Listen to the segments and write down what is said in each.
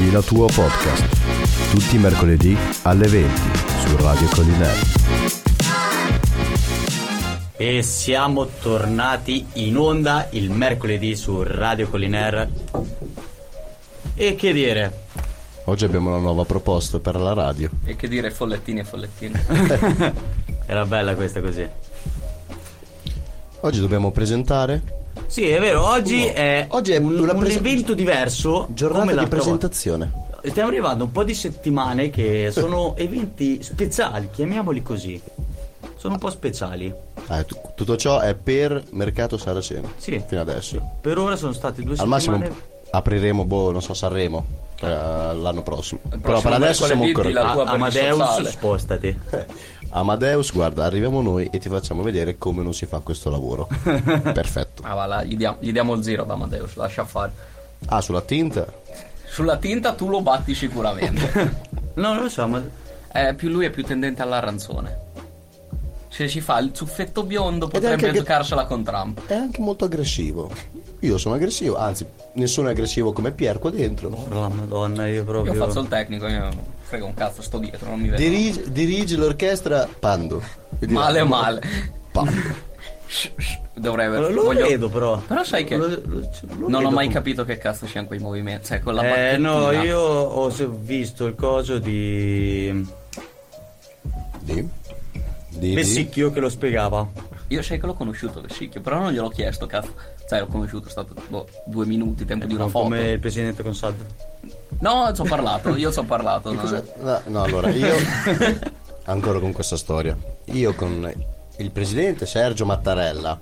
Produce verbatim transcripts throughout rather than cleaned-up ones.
Fila Tuo Podcast, tutti i mercoledì alle venti su Radio Collinaire. E siamo tornati in onda il mercoledì su Radio Collinaire. E che dire? Oggi abbiamo una nuova proposta per la radio. E che dire, follettini e follettini. Era bella questa così. Oggi dobbiamo presentare. Sì, è vero, oggi No. è, Oggi è un, una un prese- evento diverso. Giornata come di l'altra presentazione. volta. Stiamo arrivando un po' di settimane che sono eventi speciali, chiamiamoli così. Sono un po' speciali. Eh, t- tutto ciò è per Mercato Saraceno. Sì. Fino adesso. Per ora sono state due Al settimane. massimo apriremo, boh, non so, Sanremo eh, l'anno prossimo. Il Però per prossimo adesso siamo mercoledì ancora la qui. tua A- Amadeus, sociale. spostati. Amadeus, guarda, arriviamo noi e ti facciamo vedere come non si fa questo lavoro. Perfetto. Ah, va là, gli diamo, gli diamo il zero ad Amadeus, lascia fare. Ah, sulla tinta? Sulla tinta tu lo batti sicuramente. No, non lo so, ma Eh, più lui è più tendente all'arancione. Se ci fa il zuffetto biondo Ed è potrebbe anche- giocarsela con Trump. È anche molto aggressivo. Io sono aggressivo, anzi, nessuno è aggressivo come Pier qua dentro. oh, madonna, io proprio Io faccio il tecnico, io frega un cazzo, sto dietro, non mi vedo. Dirige, dirige l'orchestra Pando. Quindi- Male male. Pando. Shh, shh, Dovrebbe. Lo, lo voglio- vedo però. Però sai che Lo- lo- lo non vedo ho mai com- capito che cazzo siano quei movimenti. Cioè, con la Eh no, bacchettina. io ho se- visto il coso di Di? Di? Vessicchio che lo spiegava. Io sai che l'ho conosciuto Vessicchio, però non gliel'ho chiesto, cazzo. Sai, l'ho conosciuto, è stato boh, due minuti, tempo di una Non foto. come il presidente Consad. No, ci ho parlato, io ci ho parlato. Che no. cosa- No, no, allora, io ancora con questa storia. Io con il presidente Sergio Mattarella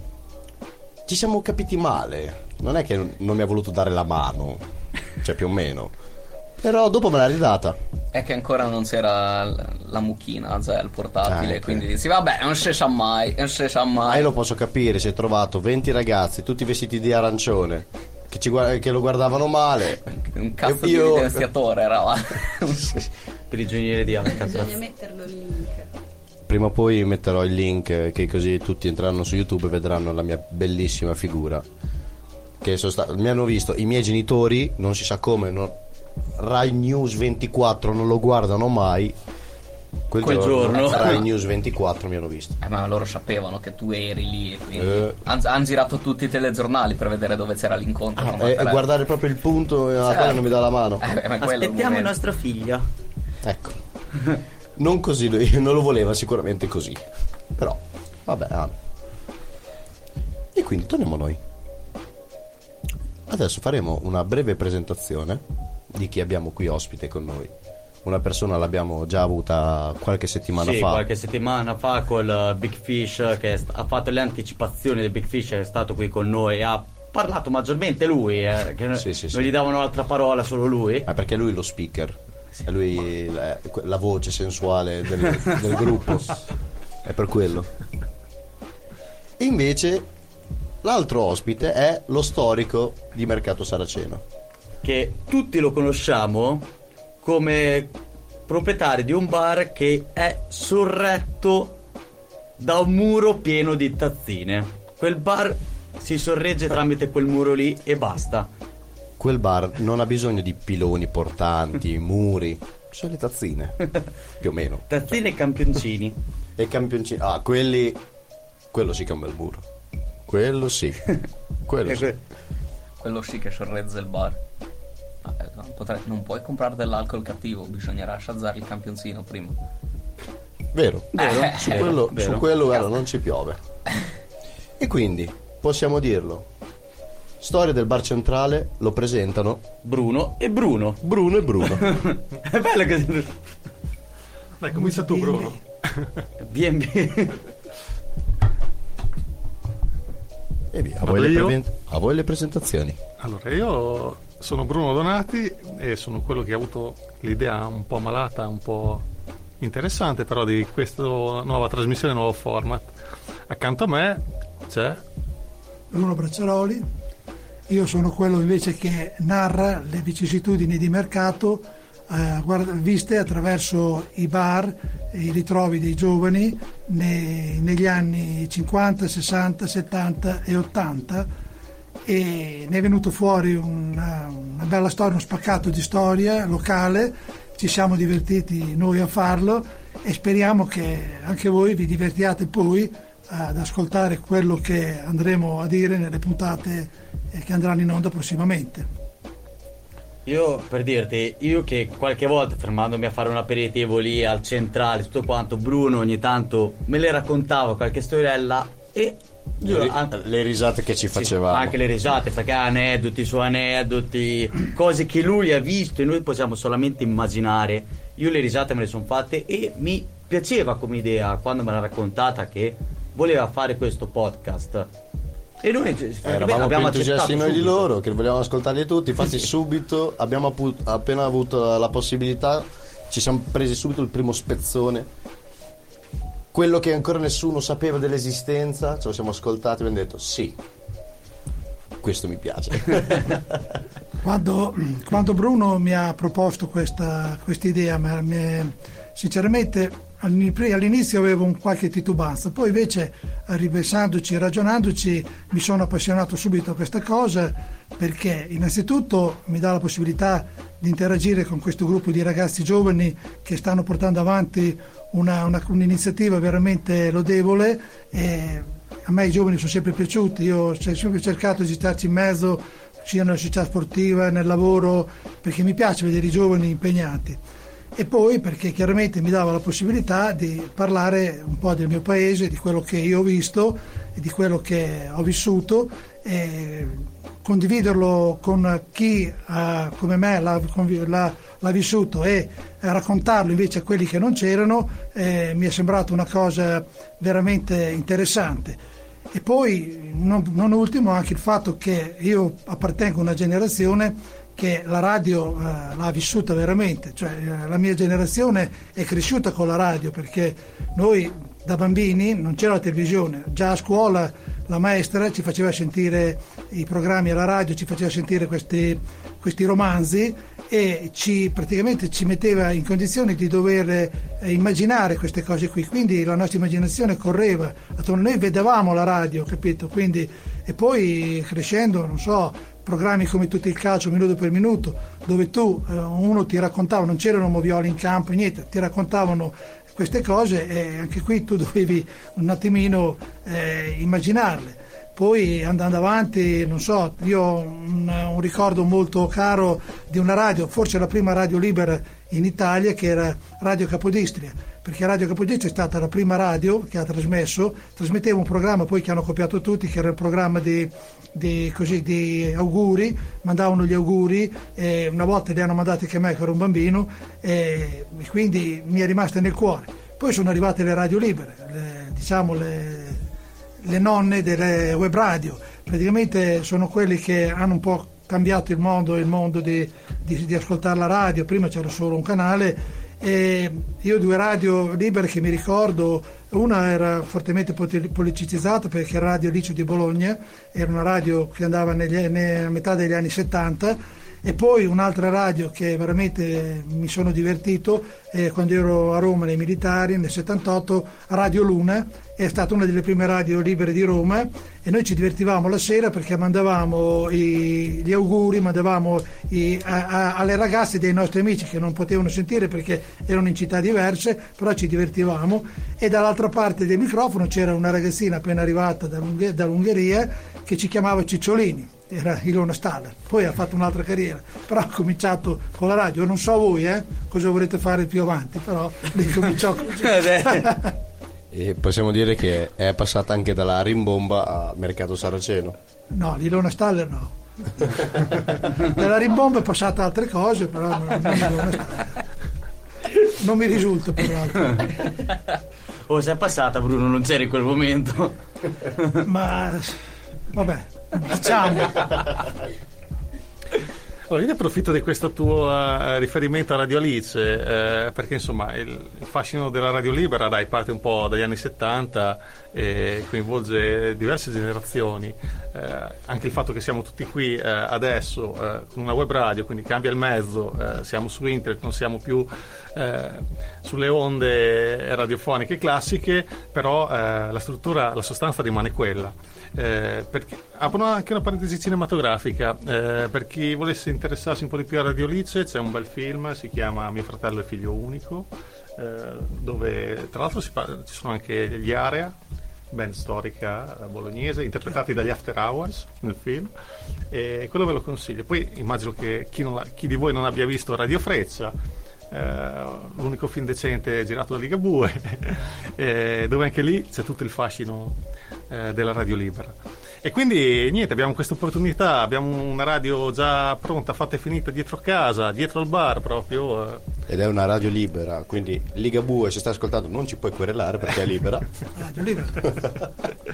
ci siamo capiti male. Non è che non mi ha voluto dare la mano, cioè più o meno. Però dopo me l'ha ridata. È che ancora non c'era l- la mucchina, cioè il portatile, Ah, ok. quindi dici, vabbè, non si sa mai, non si sa Ah, mai. io lo posso capire, si è trovato venti ragazzi, tutti vestiti di arancione, che, ci guarda- che lo guardavano male. Un cazzo E di io- evidenziatore era là. Prigioniere di Alcatraz. Bisogna metterlo il link. Prima o poi metterò il link, eh, che così tutti entreranno su YouTube e vedranno la mia bellissima figura. Che sono sta- mi hanno visto i miei genitori, non si sa come, non- Rai News ventiquattro non lo guardano mai. Quel, Quel giorno. Rai News ventiquattro mi hanno visto. Eh, ma loro sapevano che tu eri lì, e quindi Eh. han, han girato tutti i telegiornali per vedere dove c'era l'incontro. con E, e Mattarella. guardare proprio il punto, eh, Certo. quella non mi dà la mano. Eh, beh, ma quello è il Aspettiamo momento. nostra figlia. Ecco. Non così, lui non lo voleva sicuramente così. Però, vabbè. ah. E quindi torniamo a noi. Adesso faremo una breve presentazione di chi abbiamo qui ospite con noi. Una persona l'abbiamo già avuta qualche settimana Sì, fa. qualche settimana fa col uh, Big Fish che è st- ha fatto le anticipazioni del Big Fish, è stato qui con noi, ha parlato maggiormente lui, eh, che Sì, sì, non sì. gli davano un'altra parola, solo lui. Ma perché lui è lo speaker. È lui la, la voce sensuale del, del gruppo. È per quello. E invece l'altro ospite è lo storico di Mercato Saraceno. Che tutti lo conosciamo come proprietario di un bar che è sorretto da un muro pieno di tazzine. Quel bar si sorregge tramite quel muro lì e basta. Quel bar non ha bisogno di piloni portanti, muri, sono le tazzine, più o meno. Tazzine e campioncini. E campioncini. Ah, quelli. Quello sì che è un bel muro. Quello sì. Quello E sì. que- Quello sì che sorregge il bar. Ah, eh, non, potrei- non puoi comprare dell'alcol cattivo, bisognerà assaggiare il campionzino prima. Vero, Vero, Eh, su vero, quello, vero. su quello guarda, non ci piove. E quindi possiamo dirlo. Storia del bar centrale lo presentano Bruno e Bruno. Bruno e Bruno. È bello che Dai, comincia tu, Bruno. B and B. E via, a Vado voi, le io? pre- a voi le presentazioni. Allora, io sono Bruno Donati e sono quello che ha avuto l'idea un po' malata, un po' interessante però di questa nuova trasmissione, nuovo format. Accanto a me c'è Bruno Bracciaroli, io sono quello invece che narra le vicissitudini di mercato eh, guarda- viste attraverso i bar, i ritrovi dei giovani ne- negli anni cinquanta, sessanta, settanta e ottanta, e ne è venuto fuori una, una bella storia, uno spaccato di storia locale, ci siamo divertiti noi a farlo e speriamo che anche voi vi divertiate poi ad ascoltare quello che andremo a dire nelle puntate che andranno in onda prossimamente. Io, per dirti, io che qualche volta fermandomi a fare un aperitivo lì al centrale, tutto quanto, Bruno ogni tanto me le raccontava qualche storiella e le, ri- an- le risate che ci facevamo, sì, anche le risate, perché aneddoti su aneddoti, cose che lui ha visto e noi possiamo solamente immaginare. Io le risate me le sono fatte e mi piaceva come idea quando me l'ha raccontata che voleva fare questo podcast. E noi eh, eravamo abbiamo più entusiasti noi subito. di loro, che volevamo ascoltarli tutti. Infatti subito abbiamo appu- appena avuto la possibilità, ci siamo presi subito il primo spezzone, quello che ancora nessuno sapeva dell'esistenza. Ce lo siamo ascoltati e abbiamo detto sì, questo mi piace. Quando, quando Bruno mi ha proposto questa idea, sinceramente all'inizio avevo un qualche titubanza, poi invece ripensandoci e ragionandoci mi sono appassionato subito a questa cosa, perché innanzitutto mi dà la possibilità di interagire con questo gruppo di ragazzi giovani che stanno portando avanti una, una, un'iniziativa veramente lodevole, e a me i giovani sono sempre piaciuti. Io ho sempre cercato di starci in mezzo sia nella società sportiva, nel lavoro, perché mi piace vedere i giovani impegnati. E poi perché chiaramente mi dava la possibilità di parlare un po' del mio paese, di quello che io ho visto e di quello che ho vissuto, e condividerlo con chi uh, come me l'ha, l'ha, l'ha vissuto e raccontarlo invece a quelli che non c'erano, eh, mi è sembrato una cosa veramente interessante. E poi non, non ultimo anche il fatto che io appartengo a una generazione che la radio eh, l'ha vissuta veramente, cioè eh, la mia generazione è cresciuta con la radio, perché noi da bambini non c'era la televisione, già a scuola la maestra ci faceva sentire i programmi alla radio, ci faceva sentire questi, questi romanzi e ci praticamente ci metteva in condizione di dover eh, immaginare queste cose qui, quindi la nostra immaginazione correva attorno, noi vedevamo la radio, capito? Quindi, e poi crescendo, non so, programmi come Tutto il calcio minuto per minuto, dove tu eh, uno ti raccontava, non c'erano movioli in campo, niente, ti raccontavano queste cose e anche qui tu dovevi un attimino eh, immaginarle. Poi andando avanti, non so, io ho un, un ricordo molto caro di una radio, forse la prima radio libera in Italia, che era Radio Capodistria, perché Radio Capodistria è stata la prima radio che ha trasmesso, trasmetteva un programma poi che hanno copiato tutti, che era il programma di, di, così, di auguri, mandavano gli auguri, e una volta li hanno mandati anche a me che ero un bambino, e quindi mi è rimasta nel cuore. Poi sono arrivate le radio libere, le, diciamo le... le nonne delle web radio, praticamente sono quelli che hanno un po' cambiato il mondo, il mondo di, di, di ascoltare la radio. Prima c'era solo un canale e io due radio libere che mi ricordo, una era fortemente politicizzata perché era Radio Liceo di Bologna, era una radio che andava negli, a metà degli anni settanta, e poi un'altra radio che veramente mi sono divertito eh, quando ero a Roma nei militari nel settantotto, Radio Luna, è stata una delle prime radio libere di Roma, e noi ci divertivamo la sera perché mandavamo i, gli auguri, mandavamo i, a, a, alle ragazze dei nostri amici che non potevano sentire perché erano in città diverse, però ci divertivamo, e dall'altra parte del microfono c'era una ragazzina appena arrivata dall'Unghe, dall'Ungheria che ci chiamava Cicciolini, era Ilona Staller, poi ha fatto un'altra carriera, però ha cominciato con la radio. Non so voi eh, cosa vorrete fare più avanti, però lì cominciò così. E possiamo dire che è passata anche dalla rimbomba a Mercato Saraceno. No, l'Ilona Staller no. Dalla rimbomba è passata altre cose, però non, non l'Ilona Staller. Non mi risulta peraltro. Oh, sei passata, Bruno, non c'eri in quel momento. Ma vabbè, diciamo. Allora, io ne approfitto di questo tuo uh, riferimento a Radio Alice, eh, perché insomma il, il fascino della radio libera dai parte un po' dagli anni settanta, e coinvolge diverse generazioni. Eh, anche il fatto che siamo tutti qui eh, adesso eh, con una web radio, quindi cambia il mezzo, eh, siamo su internet, non siamo più eh, sulle onde radiofoniche classiche, però eh, la struttura, la sostanza rimane quella. Eh, perché, apro anche una parentesi cinematografica, eh, per chi volesse interessarsi un po' di più a Radio Lice c'è un bel film, si chiama Mio fratello e figlio unico, eh, dove tra l'altro si parla, ci sono anche gli Area, band storica bolognese, interpretati dagli After Hours nel film, e quello ve lo consiglio. Poi immagino che chi, non ha, chi di voi non abbia visto Radio Freccia, eh, l'unico film decente girato da Ligabue, eh, dove anche lì c'è tutto il fascino eh, della radio libera. E quindi niente, abbiamo questa opportunità, abbiamo una radio già pronta, fatta e finita dietro casa, dietro al bar proprio. Eh. Ed è una radio libera, quindi Ligabue, se stai ascoltando, non ci puoi querelare perché è libera. Radio libera.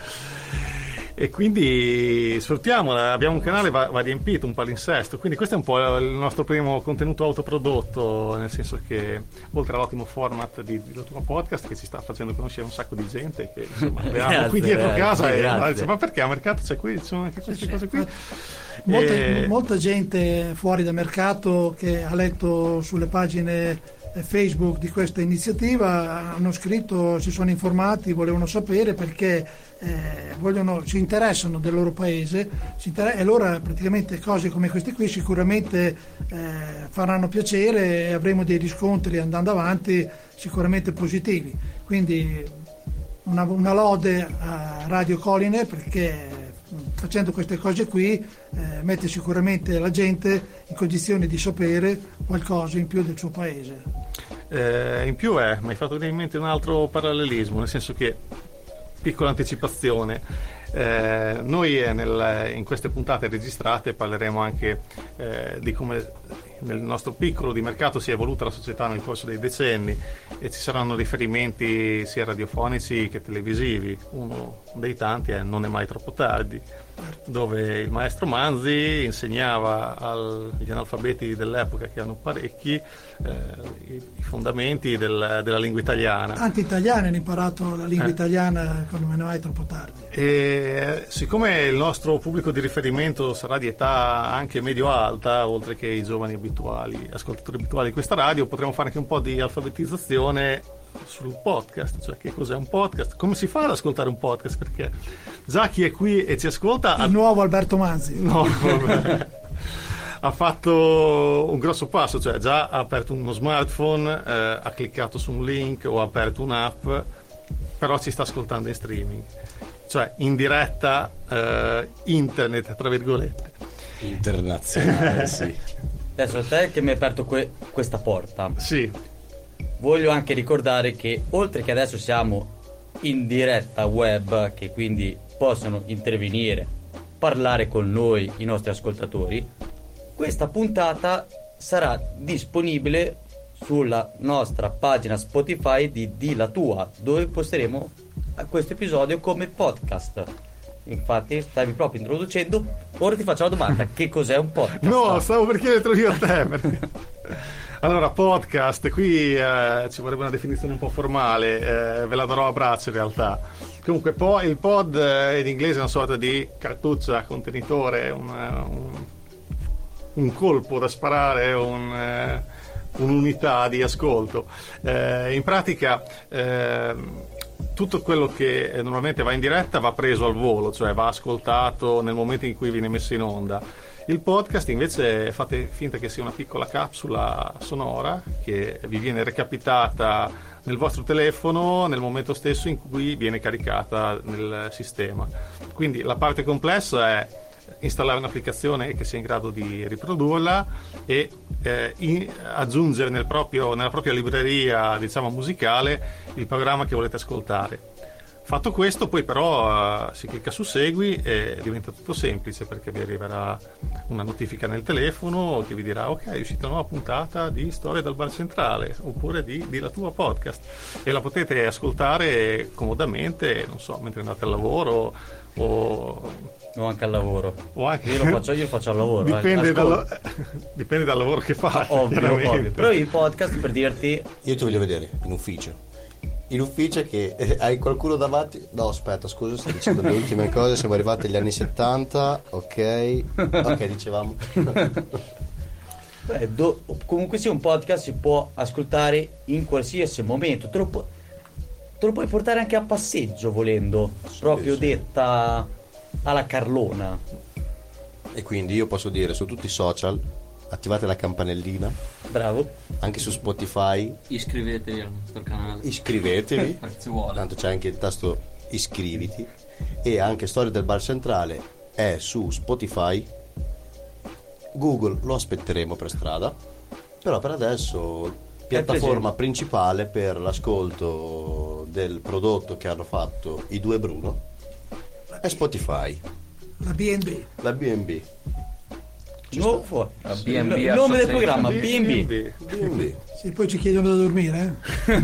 E quindi sfruttiamola, abbiamo un canale, va, va riempito, un palinsesto, quindi questo è un po' il nostro primo contenuto autoprodotto, nel senso che oltre all'ottimo format di, di tuo podcast che ci sta facendo conoscere un sacco di gente che insomma abbiamo qui dietro grazie, casa grazie. e dice, ma perché a mercato c'è qui, ci sono anche queste cose qui. Molta, E... molta gente fuori dal mercato che ha letto sulle pagine Facebook di questa iniziativa hanno scritto, si sono informati, volevano sapere perché eh, vogliono, si interessano del loro paese, si inter- e allora praticamente cose come queste qui sicuramente eh, faranno piacere e avremo dei riscontri andando avanti sicuramente positivi. Quindi una, una lode a Radio Coline perché facendo queste cose qui eh, mette sicuramente la gente in condizione di sapere qualcosa in più del suo paese. Eh, in più è, mi hai fatto venire in mente un altro parallelismo, nel senso che, piccola anticipazione, eh, noi nel, in queste puntate registrate parleremo anche eh, di come nel nostro piccolo di mercato si è evoluta la società nel corso dei decenni e ci saranno riferimenti sia radiofonici che televisivi. Uno dei tanti è Non è mai troppo tardi, dove il maestro Manzi insegnava agli analfabeti dell'epoca, che hanno parecchi, eh, i, i fondamenti del, della lingua italiana. Anche italiani hanno imparato la lingua Eh. italiana quando non è mai troppo tardi. E siccome il nostro pubblico di riferimento sarà di età anche medio-alta, oltre che i giovani abituali, ascoltatori abituali di questa radio, potremo fare anche un po' di alfabetizzazione sul podcast, cioè che cos'è un podcast, come si fa ad ascoltare un podcast, perché già chi è qui e ci ascolta Il ha... nuovo Alberto Manzi. no, vabbè. ha fatto un grosso passo, cioè già ha aperto uno smartphone, eh, ha cliccato su un link o ha aperto un'app, però ci sta ascoltando in streaming, cioè in diretta, eh, internet tra virgolette. Internazionale, sì. Adesso a te che mi hai aperto que- questa porta, Sì, voglio anche ricordare che oltre che adesso siamo in diretta web, che quindi possono intervenire, parlare con noi i nostri ascoltatori, questa puntata sarà disponibile sulla nostra pagina Spotify di Di la Tua, dove posteremo questo episodio come podcast. Infatti stavi proprio introducendo, ora ti faccio la domanda: che cos'è un podcast? no, stavo per chiedertelo io a te. Perché... Allora, podcast, qui eh, ci vorrebbe una definizione un po' formale, eh, ve la darò a braccio in realtà. Comunque, po- il pod eh, in inglese è una sorta di cartuccia, contenitore, un, un, un colpo da sparare, un, eh, un'unità di ascolto. Eh, in pratica... Eh, tutto quello che normalmente va in diretta va preso al volo, cioè va ascoltato nel momento in cui viene messo in onda. Il podcast invece fate finta che sia una piccola capsula sonora che vi viene recapitata nel vostro telefono nel momento stesso in cui viene caricata nel sistema. Quindi la parte complessa è installare un'applicazione che sia in grado di riprodurla e eh, in, aggiungere nel proprio, nella propria libreria, diciamo, musicale il programma che volete ascoltare. Fatto questo, poi però uh, si clicca su segui e diventa tutto semplice, perché vi arriverà una notifica nel telefono che vi dirà: ok, è uscita una nuova puntata di Storie dal Bar Centrale, oppure di, di La Tua Podcast, e la potete ascoltare comodamente, non so, mentre andate al lavoro o... O anche al lavoro. O anche... Io lo faccio, io lo faccio al lavoro. Dipende, eh. dallo... Dipende dal lavoro che fai. Ovvio, chiaramente. ovvio. Però il podcast, per dirti, Io ti voglio vedere in ufficio. in ufficio che eh, hai qualcuno davanti. No, aspetta, scusa, sto dicendo le ultime cose, siamo arrivati agli anni settanta, ok. Ok, dicevamo. Beh, do- comunque sia un podcast si può ascoltare in qualsiasi momento, te lo, pu- te lo puoi portare anche a passeggio volendo, proprio sì. detta alla Carlona. E quindi io posso dire su tutti i social, attivate la campanellina, Bravo. anche su Spotify, Iscrivetevi al nostro canale. iscrivetevi, Ci vuole. tanto c'è anche il tasto iscriviti, e anche Storia del Bar Centrale è su Spotify. Google lo aspetteremo per strada, però per adesso piattaforma principale per l'ascolto del prodotto che hanno fatto i due Bruno è Spotify, La B and B. la B and B. Nuovo La il, B and B il nome del a programma B B and B. B and B. Sì, poi ci chiedono da dormire, eh?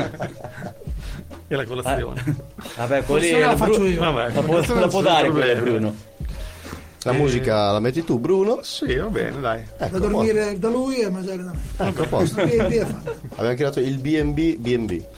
E la colazione. Vabbè, quelli Forse la la, faccio Bru- io. Vabbè, la può, questo la non può c'è dare problema. quella, Bruno. La musica la metti tu, Bruno? Sì, va bene, dai. Ecco, Da dormire da lui e mangiare da me. a posto. Ecco, a posto. La B and B è fatta. Abbiamo creato il B and B B and B.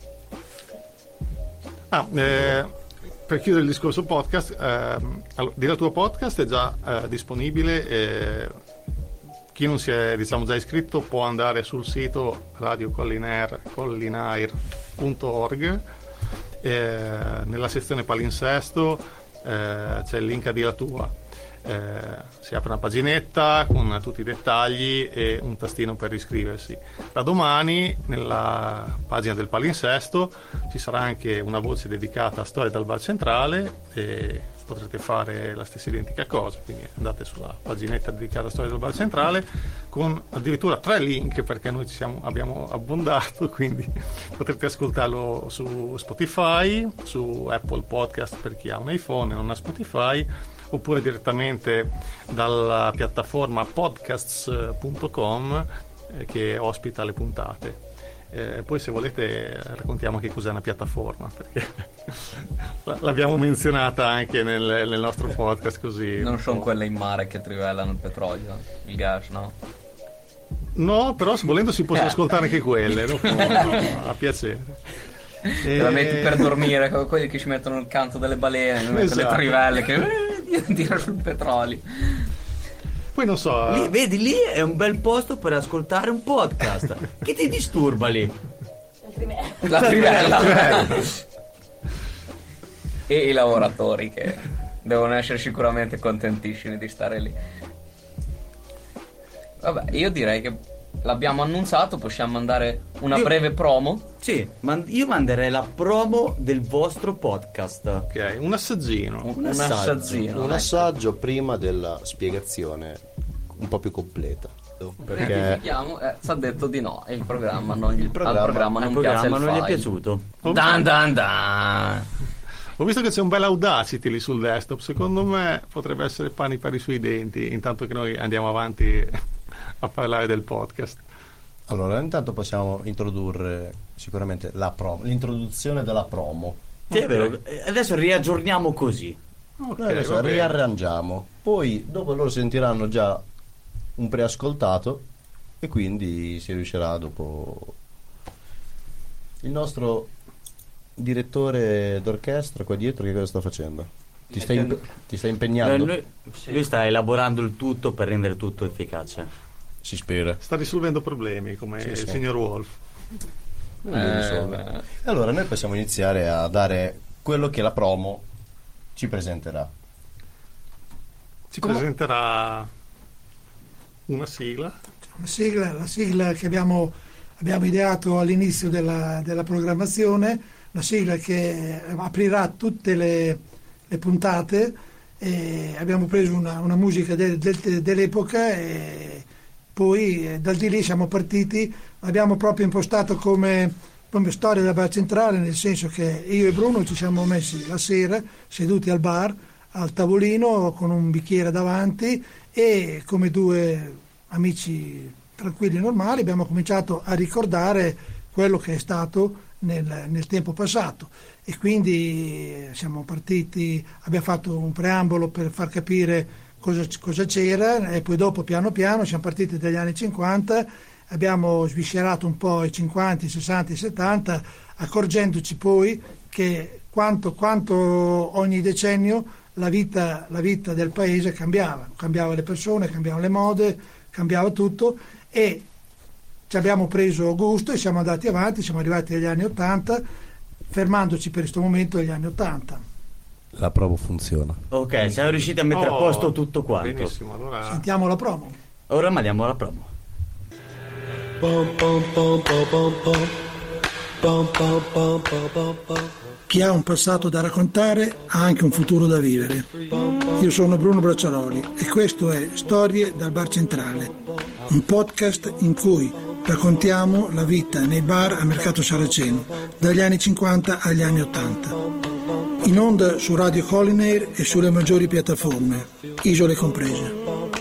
Ah, eh, per chiudere il discorso podcast, ehm, allora, Di la tua podcast è già eh, disponibile. eh, chi non si è, diciamo, già iscritto può andare sul sito radio collinair punto org, eh, nella sezione palinsesto eh, c'è il link a Di la tua. Eh, si apre una paginetta con tutti i dettagli e un tastino per iscriversi. Da domani nella pagina del palinsesto ci sarà anche una voce dedicata a Storia dal Bar Centrale e potrete fare la stessa identica cosa, quindi andate sulla paginetta dedicata a Storia del Bar Centrale con addirittura tre link, perché noi ci siamo, abbiamo abbondato, quindi potrete ascoltarlo su Spotify, su Apple Podcast per chi ha un iPhone e non ha Spotify, oppure direttamente dalla piattaforma podcasts punto com eh, che ospita le puntate. Eh, poi se volete raccontiamo che cos'è una piattaforma, perché l'abbiamo menzionata anche nel, nel nostro podcast, così. Non sono quelle in mare che trivellano il petrolio, il gas, no? No, però volendo si possono ascoltare anche quelle, dopo, a piacere. Te la metti per dormire, come quelli che ci mettono il canto delle balene, mettono Esatto. le trivelle che tirano sul petrolio. Poi non so, Lì, vedi, lì è un bel posto per ascoltare un podcast. Che ti disturba lì? La trivella. E i lavoratori che devono essere sicuramente contentissimi di stare lì. Vabbè, io direi che l'abbiamo annunciato, possiamo mandare una Io- breve promo. Sì, ma io manderei la promo del vostro podcast. ok, un assaggino. Un, Un un assaggio, assaggino. Un ecco. assaggio prima della spiegazione un po' più completa. Perché Rettifichiamo, eh, ci ha detto di no, e il programma non, gli, programma- al programma Al non programma piace il non gli è file. piaciuto. Dan dan dan. Ho visto che c'è un bel Audacity lì sul desktop, secondo me potrebbe essere pani per i suoi denti, intanto che noi andiamo avanti a parlare del podcast. allora intanto possiamo introdurre sicuramente la promo, l'introduzione della promo. Sì, è vero. Eh, Adesso riaggiorniamo così. Ok, Noi adesso va bene. riarrangiamo, poi dopo loro sentiranno già un preascoltato e quindi si riuscirà dopo. Il nostro direttore d'orchestra qua dietro che cosa sta facendo? Ti stai, impe- ti stai Eh, impegnando? Lui, lui sta elaborando il tutto per rendere tutto efficace. Si spera. Sta risolvendo problemi come Sì, il sì. signor Wolf. Non lo risolve. Eh, Allora noi possiamo iniziare a dare quello che la promo ci presenterà. Ci Come- presenterà una sigla. Una sigla, la sigla che abbiamo, abbiamo ideato all'inizio della, della programmazione, una sigla che aprirà tutte le, le puntate. E abbiamo preso una, una musica del- del- dell'epoca e poi eh, da di lì siamo partiti, abbiamo proprio impostato come, come storia da bar centrale, nel senso che io e Bruno ci siamo messi la sera seduti al bar, al tavolino con un bicchiere davanti e come due amici tranquilli e normali abbiamo cominciato a ricordare quello che è stato nel, nel tempo passato e quindi eh, siamo partiti, abbiamo fatto un preambolo per far capire cosa, cosa c'era e poi dopo piano piano siamo partiti dagli anni cinquanta abbiamo sviscerato un po' i cinquanta, i sessanta, i settanta, accorgendoci poi che quanto, quanto ogni decennio la vita, la vita del paese cambiava, cambiava le persone, cambiavano le mode, cambiava tutto, e ci abbiamo preso gusto e siamo andati avanti, siamo arrivati agli anni ottanta, fermandoci per questo momento agli anni ottanta. La promo funziona. Ok, siamo riusciti a mettere Oh, a posto tutto quanto. Benissimo, allora Sentiamo la promo. Ora mandiamo alla promo. Chi ha un passato da raccontare ha anche un futuro da vivere. Io sono Bruno Bracciaroli e questo è Storie dal Bar Centrale, un podcast in cui raccontiamo la vita nei bar a Mercato Saraceno, dagli anni cinquanta agli anni ottanta. In onda su Radio Collinaire e sulle maggiori piattaforme, isole comprese.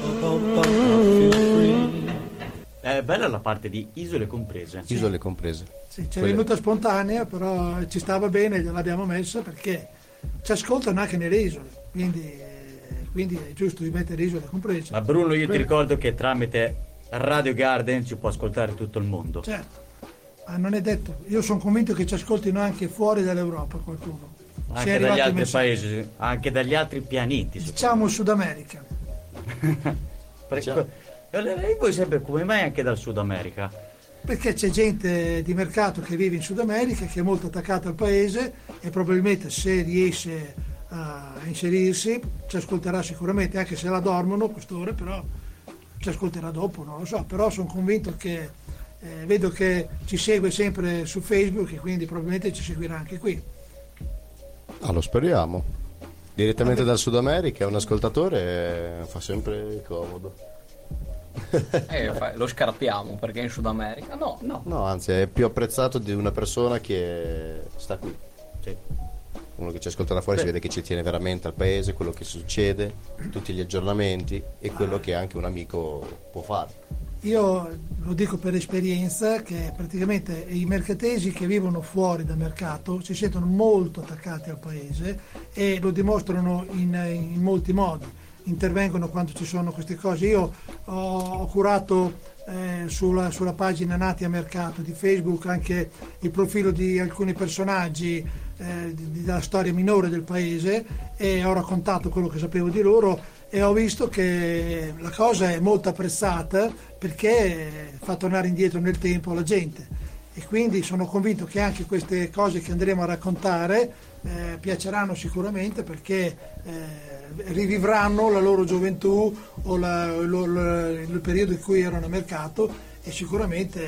È bella la parte di isole comprese. Isole comprese. Sì, ci è Quelle- venuta spontanea, però ci stava bene, gliel'abbiamo messa perché ci ascoltano anche nelle isole, quindi, quindi è giusto di mettere isole comprese. Ma Bruno, io ti ricordo che tramite Radio Garden ci può ascoltare tutto il mondo. Certo, ma non è detto. Io sono convinto che ci ascoltino anche fuori dall'Europa qualcuno. Ci è Anche arrivato dagli il altri messaggio. paesi, anche dagli altri pianeti. Diciamo Sud America. Perché, e voi sempre come mai anche dal Sud America? Perché c'è gente di mercato che vive in Sud America, che è molto attaccata al paese e probabilmente se riesce a inserirsi ci ascolterà sicuramente, anche se la dormono quest'ora, però ci ascolterà dopo, non lo so. Però sono convinto che eh, vedo che ci segue sempre su Facebook e quindi probabilmente ci seguirà anche qui. Ah, lo speriamo. Direttamente dal Sud America, un ascoltatore eh, fa sempre comodo. Eh, fa- lo scarpiamo perché è in Sud America. No, no. No, anzi, è più apprezzato di una persona che sta qui. Sì. Uno che ci ascolta da fuori si vede che ci tiene veramente al paese, quello che succede, tutti gli aggiornamenti e quello che anche un amico può fare. Io lo dico per esperienza che praticamente i mercatesi che vivono fuori dal mercato si sentono molto attaccati al paese e lo dimostrano in, in molti modi. Intervengono quando ci sono queste cose. Io ho, ho curato eh, sulla, sulla pagina Nati a Mercato di Facebook anche il profilo di alcuni personaggi eh, di- della storia minore del paese e ho raccontato quello che sapevo di loro e ho visto che la cosa è molto apprezzata perché fa tornare indietro nel tempo la gente e quindi sono convinto che anche queste cose che andremo a raccontare eh, piaceranno sicuramente perché eh, rivivranno la loro gioventù o la- lo- lo- il periodo in cui erano a mercato e sicuramente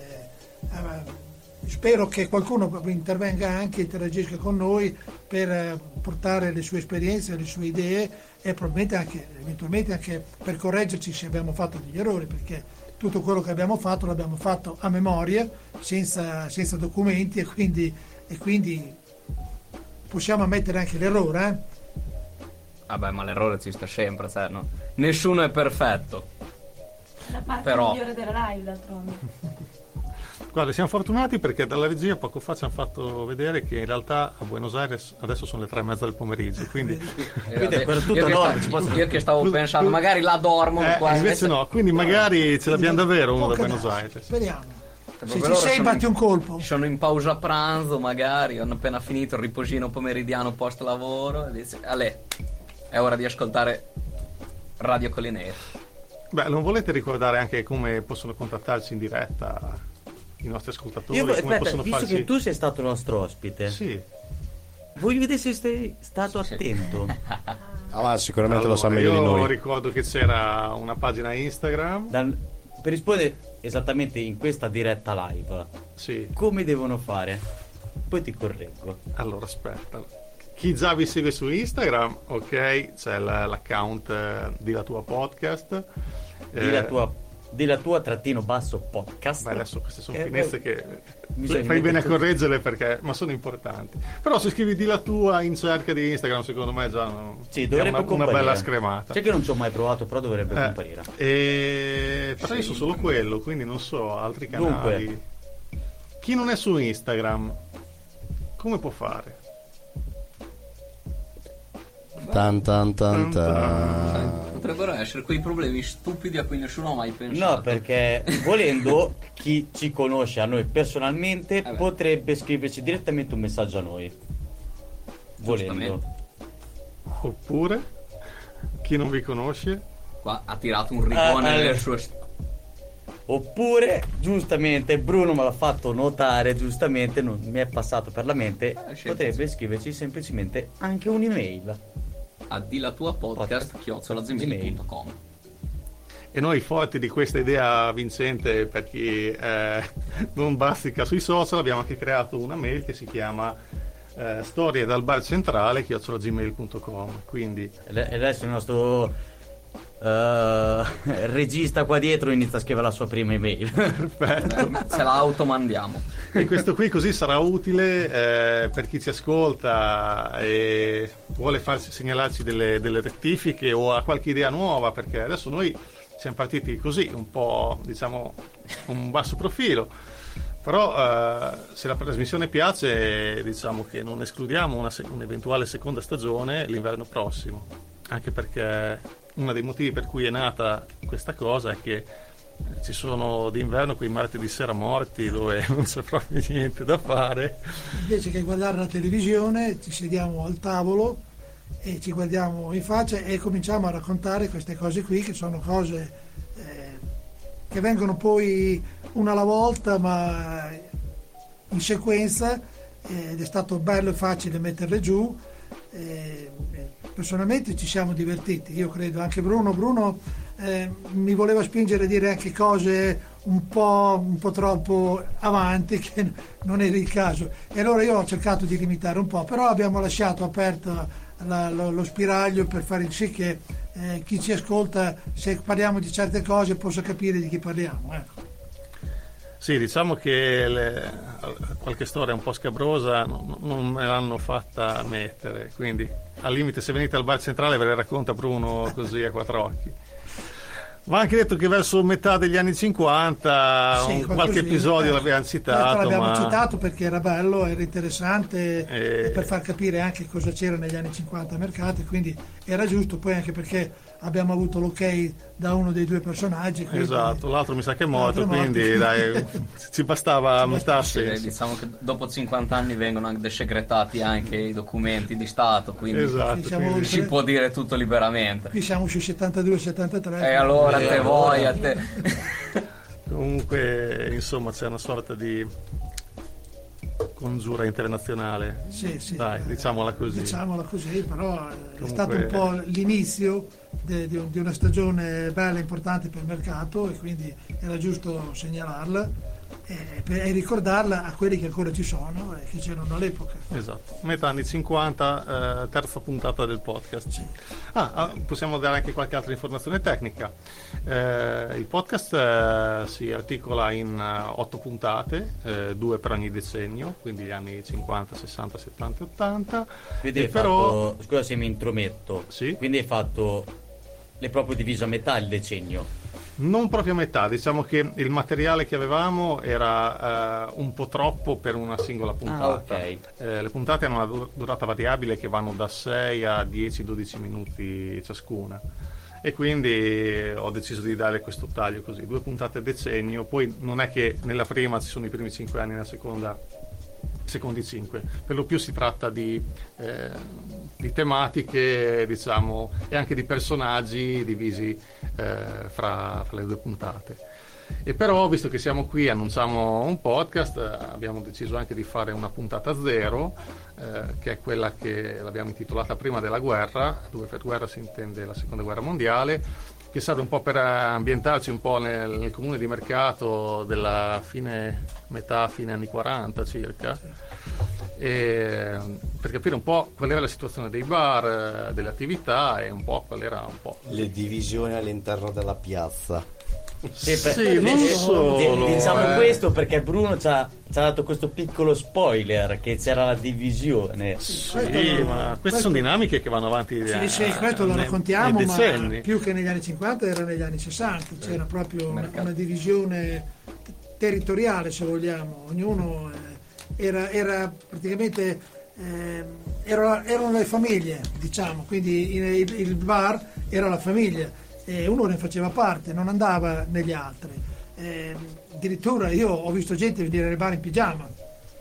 eh, spero che qualcuno intervenga anche, interagisca con noi per eh, portare le sue esperienze, le sue idee e probabilmente anche, eventualmente anche per correggerci se abbiamo fatto degli errori, perché tutto quello che abbiamo fatto l'abbiamo fatto a memoria, senza, senza documenti e quindi, e quindi possiamo ammettere anche l'errore. Eh? Vabbè, ma l'errore ci sta sempre, cioè, no? Nessuno è perfetto. La parte Però- migliore della live, d'altronde. Guarda, siamo fortunati perché dalla regia poco fa ci hanno fatto vedere che in realtà a Buenos Aires adesso sono le tre e mezza del pomeriggio, quindi Quindi è quello tutto io, che nord, sta- ci posso- io che stavo pensando, magari là dormono eh, qua. invece no, quindi magari ce l'abbiamo davvero uno da Può Buenos darsi, Aires. Speriamo. Proprio Se ci loro sei sono batti in- un colpo. Sono in pausa pranzo, magari hanno appena finito il riposino pomeridiano post lavoro e dice, Ale, è ora di ascoltare Radio Collinaire. Beh, non volete ricordare anche come possono contattarci in diretta i nostri ascoltatori? Io, come aspetta, possono visto farci... che tu sei stato nostro ospite, Sì. voglio vedere se sei stato attento. Ah, ma sicuramente Allora, lo sa meglio di io noi. ricordo che c'era una pagina Instagram. Dal- per rispondere esattamente in questa diretta live, Sì. come devono fare? Poi ti correggo. Allora, aspetta. Chi già vi segue su Instagram, ok, c'è l- l'account eh, di La Tua Podcast. Di la Eh, tua, di la tua trattino basso podcast. Beh, adesso queste sono Eh, finestre beh, che bisogna fai bene a mettere- correggerle perché ma sono importanti. Però se scrivi di La Tua in cerca di Instagram, secondo me è già un- Sì, è dovrebbe una, una comparire. bella scremata. C'è che non ci ho mai provato, però dovrebbe Eh, comparire. e... Però io so solo quello, quindi non so altri canali. Dunque. Chi non è su Instagram, come può fare? Tan tan tan tan. Potrebbero essere quei problemi stupidi a cui nessuno ha mai pensato. No, perché volendo chi ci conosce a noi personalmente beh. potrebbe scriverci direttamente un messaggio a noi. Volendo. Oppure chi non vi conosce Qua ha tirato un rigone Ah, nelle eh. sue... Oppure, giustamente, Bruno me l'ha fatto notare, giustamente, non mi è passato per la mente, Eh, scelta. potrebbe scriverci semplicemente anche un'email. Addi la tua podcast chiocciola gmail punto com. e noi forti di questa idea vincente per chi eh, non bastica sui social abbiamo anche creato una mail che si chiama eh, storie dal bar centrale chiocciola gmail punto com, quindi E adesso il nostro eh, regista qua dietro inizia a scrivere la sua prima email. perfetto. Se la automandiamo. E questo qui così sarà utile eh, per chi ci ascolta e vuole farsi segnalarci delle, delle rettifiche o ha qualche idea nuova, perché adesso noi siamo partiti così un po', diciamo, un basso profilo, però eh, se la trasmissione piace, diciamo che non escludiamo una se- un'eventuale seconda stagione l'inverno prossimo, anche perché uno dei motivi per cui è nata questa cosa è che ci sono d'inverno quei martedì sera morti dove non c'è proprio niente da fare. Invece che guardare la televisione ci sediamo al tavolo e ci guardiamo in faccia e cominciamo a raccontare queste cose qui, che sono cose eh, che vengono poi una alla volta ma in sequenza, eh, ed è stato bello e facile metterle giù. Eh, personalmente ci siamo divertiti, io credo anche Bruno Bruno eh, mi voleva spingere a dire anche cose un po', un po' troppo avanti, che non era il caso, e allora io ho cercato di limitare un po', però abbiamo lasciato aperto la, lo, lo spiraglio per fare in sì che eh, chi ci ascolta, se parliamo di certe cose, possa capire di chi parliamo, ecco. Sì, diciamo che le, qualche storia un po' scabrosa non, non me l'hanno fatta mettere, quindi al limite se venite al bar centrale ve le racconta Bruno così a quattro occhi. Va anche detto che verso metà degli anni cinquanta Sì, un, qualcosina, qualche episodio eh. l'abbiamo Certo, citato, l'abbiamo ma citato perché era bello, era interessante, Eh. e per far capire anche cosa c'era negli anni cinquanta a mercato, quindi era giusto, poi anche perché abbiamo avuto l'ok da uno dei due personaggi. Quindi... esatto, l'altro mi sa che è morto, L'altro è morto. quindi dai, ci bastava metà Sì, senso. diciamo che dopo cinquanta anni vengono anche desegretati anche i documenti di Stato, quindi Esatto, Diciamo quindi- si può dire tutto liberamente. Qui siamo sui settantadue settantatré. E allora Eh, te allora. vuoi a te. Comunque, insomma, c'è una sorta di congiura internazionale. Sì, sì, Dai, eh, diciamola così. Diciamola così, però è Comunque- stato un po' l'inizio de- di, un- di una stagione bella e importante per il mercato, e quindi era giusto segnalarla e, per- e ricordarla a quelli che ancora ci sono e che c'erano all'epoca. Esatto, metà anni cinquanta, eh, terza puntata del podcast. Ah, ah, possiamo dare anche qualche altra informazione tecnica. Eh, il podcast eh, si articola in eh, otto puntate, eh, due per ogni decennio, quindi gli anni cinquanta, sessanta, settanta e ottanta. Quindi E hai però fatto, scusa se mi intrometto, Sì. quindi hai fatto, l'hai proprio diviso a metà il decennio. non proprio a metà, diciamo che il materiale che avevamo era eh, un po' troppo per una singola puntata. Ah, ok. Eh, le puntate hanno una du- durata variabile che vanno da sei a dieci dodici minuti ciascuna, e quindi ho deciso di dare questo taglio così, due puntate a decennio. Poi non è che nella prima ci sono i primi cinque anni, nella seconda secondi cinque, per lo più si tratta di, eh, di tematiche, diciamo, e anche di personaggi divisi eh, fra, fra le due puntate. E però, visto che siamo qui e annunciamo un podcast, eh, abbiamo deciso anche di fare una puntata zero, eh, che è quella che l'abbiamo intitolata Prima della guerra, dove per guerra si intende la seconda guerra mondiale, che serve un po' per ambientarci un po' nel, nel comune di mercato della fine, metà, fine anni quaranta circa, e, per capire un po' qual era la situazione dei bar, eh, delle attività, e un po' qual era un po'... Le divisioni all'interno della piazza. Sì, per- Sì, non eh, solo, di- diciamo eh. questo perché Bruno ci ha, ci ha dato questo piccolo spoiler che c'era la divisione. Sì, Questo no, ma queste questo- sono dinamiche che vanno avanti Sì, eh, sì, questo lo nei- raccontiamo, nei ma decenni. più che negli anni cinquanta era negli anni sessanta, c'era proprio una, una divisione t- territoriale, se vogliamo, ognuno eh, era, era praticamente eh, erano, erano le famiglie, diciamo, quindi il, il, il bar era la famiglia e uno ne faceva parte, non andava negli altri. Eh, addirittura io ho visto gente venire al bar in pigiama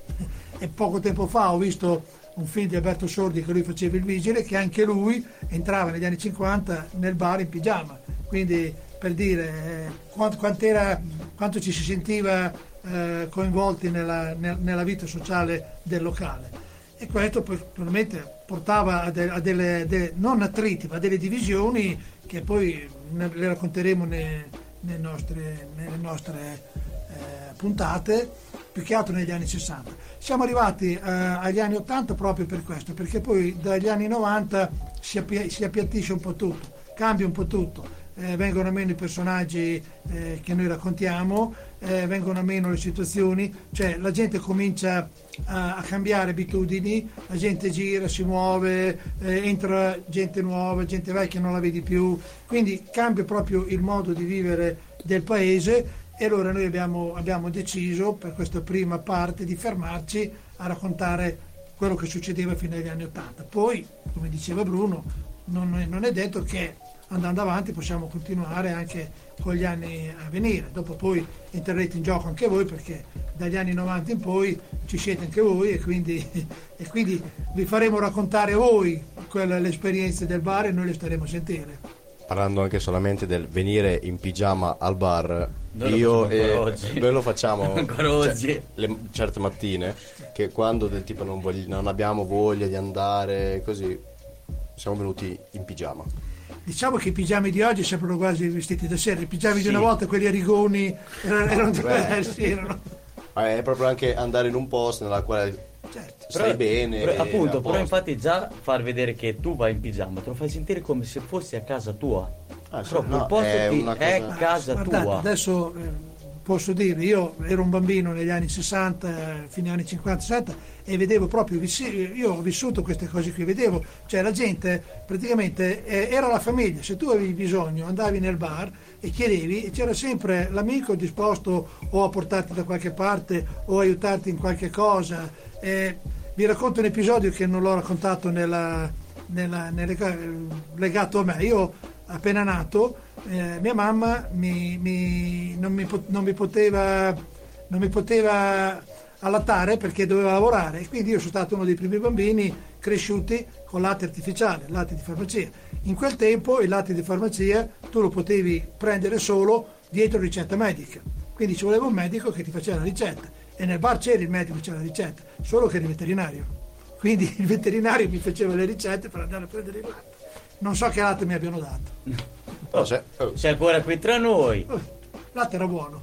e poco tempo fa ho visto un film di Alberto Sordi che lui faceva il vigile, che anche lui entrava negli anni cinquanta nel bar in pigiama, quindi per dire eh, quanto, quant'era, quanto ci si sentiva eh, coinvolti nella, nel, nella vita sociale del locale, e questo poi probabilmente portava a, de, a delle, de, non attriti ma a delle divisioni che poi ne, le racconteremo ne, ne nostre, nelle nostre eh, puntate, più che altro negli anni sessanta. Siamo arrivati eh, agli anni ottanta proprio per questo, perché poi dagli anni novanta si, appia- si appiattisce un po' tutto, cambia un po' tutto. Eh, vengono meno i personaggi eh, che noi raccontiamo, eh, vengono meno le situazioni, cioè la gente comincia a, a cambiare abitudini, la gente gira, si muove, eh, entra gente nuova, gente vecchia non la vedi più, quindi cambia proprio il modo di vivere del paese, e allora noi abbiamo, abbiamo deciso per questa prima parte di fermarci a raccontare quello che succedeva fino agli anni ottanta. Poi, come diceva Bruno, non è, non è detto che andando avanti possiamo continuare anche con gli anni a venire. Dopo poi entrerete in gioco anche voi, perché dagli anni novanta in poi ci siete anche voi, e quindi, e quindi vi faremo raccontare voi quelle, le esperienze del bar, e noi le staremo a sentire. Parlando anche solamente del venire in pigiama al bar, Noi io lo e oggi. noi lo facciamo Ancora cioè, oggi. le, certe mattine, che quando del tipo non, vogli- non abbiamo voglia di andare così, siamo venuti in pigiama. Diciamo che i pigiami di oggi sembrano quasi vestiti da sera, i pigiami Sì. di una volta, quelli a rigoni, erano, erano diversi. Erano... Ma è proprio anche andare in un posto nella quale Certo. stai bene. però, e appunto, a però posto. infatti già far vedere che tu vai in pigiama te lo fai sentire come se fossi a casa tua. Ah, sì, Proprio no, il posto è ti- una è cosa- casa Guardate, tua. adesso eh, posso dire, io ero un bambino negli anni sessanta, fine anni cinquanta sessanta, e vedevo proprio, vissi- io ho vissuto queste cose qui, vedevo, cioè la gente praticamente eh, era la famiglia, se tu avevi bisogno andavi nel bar e chiedevi, e c'era sempre l'amico disposto o a portarti da qualche parte o aiutarti in qualche cosa. Eh, vi racconto un episodio che non l'ho raccontato nella, nella, nelle- legato a me. Io appena nato, eh, mia mamma mi, mi- non, mi, po- non mi poteva non mi poteva allattare perché doveva lavorare, e quindi io sono stato uno dei primi bambini cresciuti con latte artificiale, latte di farmacia. In quel tempo il latte di farmacia tu lo potevi prendere solo dietro ricetta medica, quindi ci voleva un medico che ti faceva la ricetta, e nel bar c'era il medico che faceva la ricetta, solo che era il veterinario, quindi il veterinario mi faceva le ricette per andare a prendere il latte. Non so che latte mi abbiano dato. Oh, se- oh, Sei ancora qui tra noi. Oh, il latte era buono.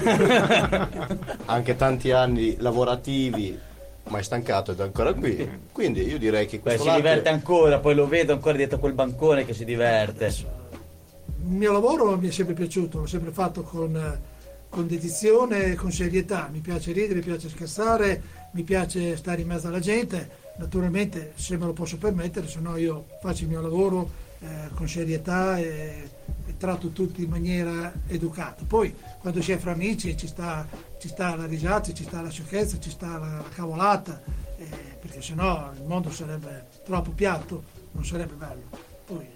anche tanti anni lavorativi, ma è stancato ed è ancora qui. Quindi io direi che Beh, questo si latte- diverte ancora, poi lo vedo ancora dietro quel bancone che si diverte. Il mio lavoro mi è sempre piaciuto, l'ho sempre fatto con, con dedizione e con serietà. Mi piace ridere, mi piace scherzare, mi piace stare in mezzo alla gente. Naturalmente, se me lo posso permettere, se no io faccio il mio lavoro eh, con serietà e, e tratto tutti in maniera educata. Poi quando si è fra amici ci sta, ci sta la risata, ci sta la sciocchezza, ci sta la, la cavolata, eh, perché sennò il mondo sarebbe troppo piatto, non sarebbe bello. Poi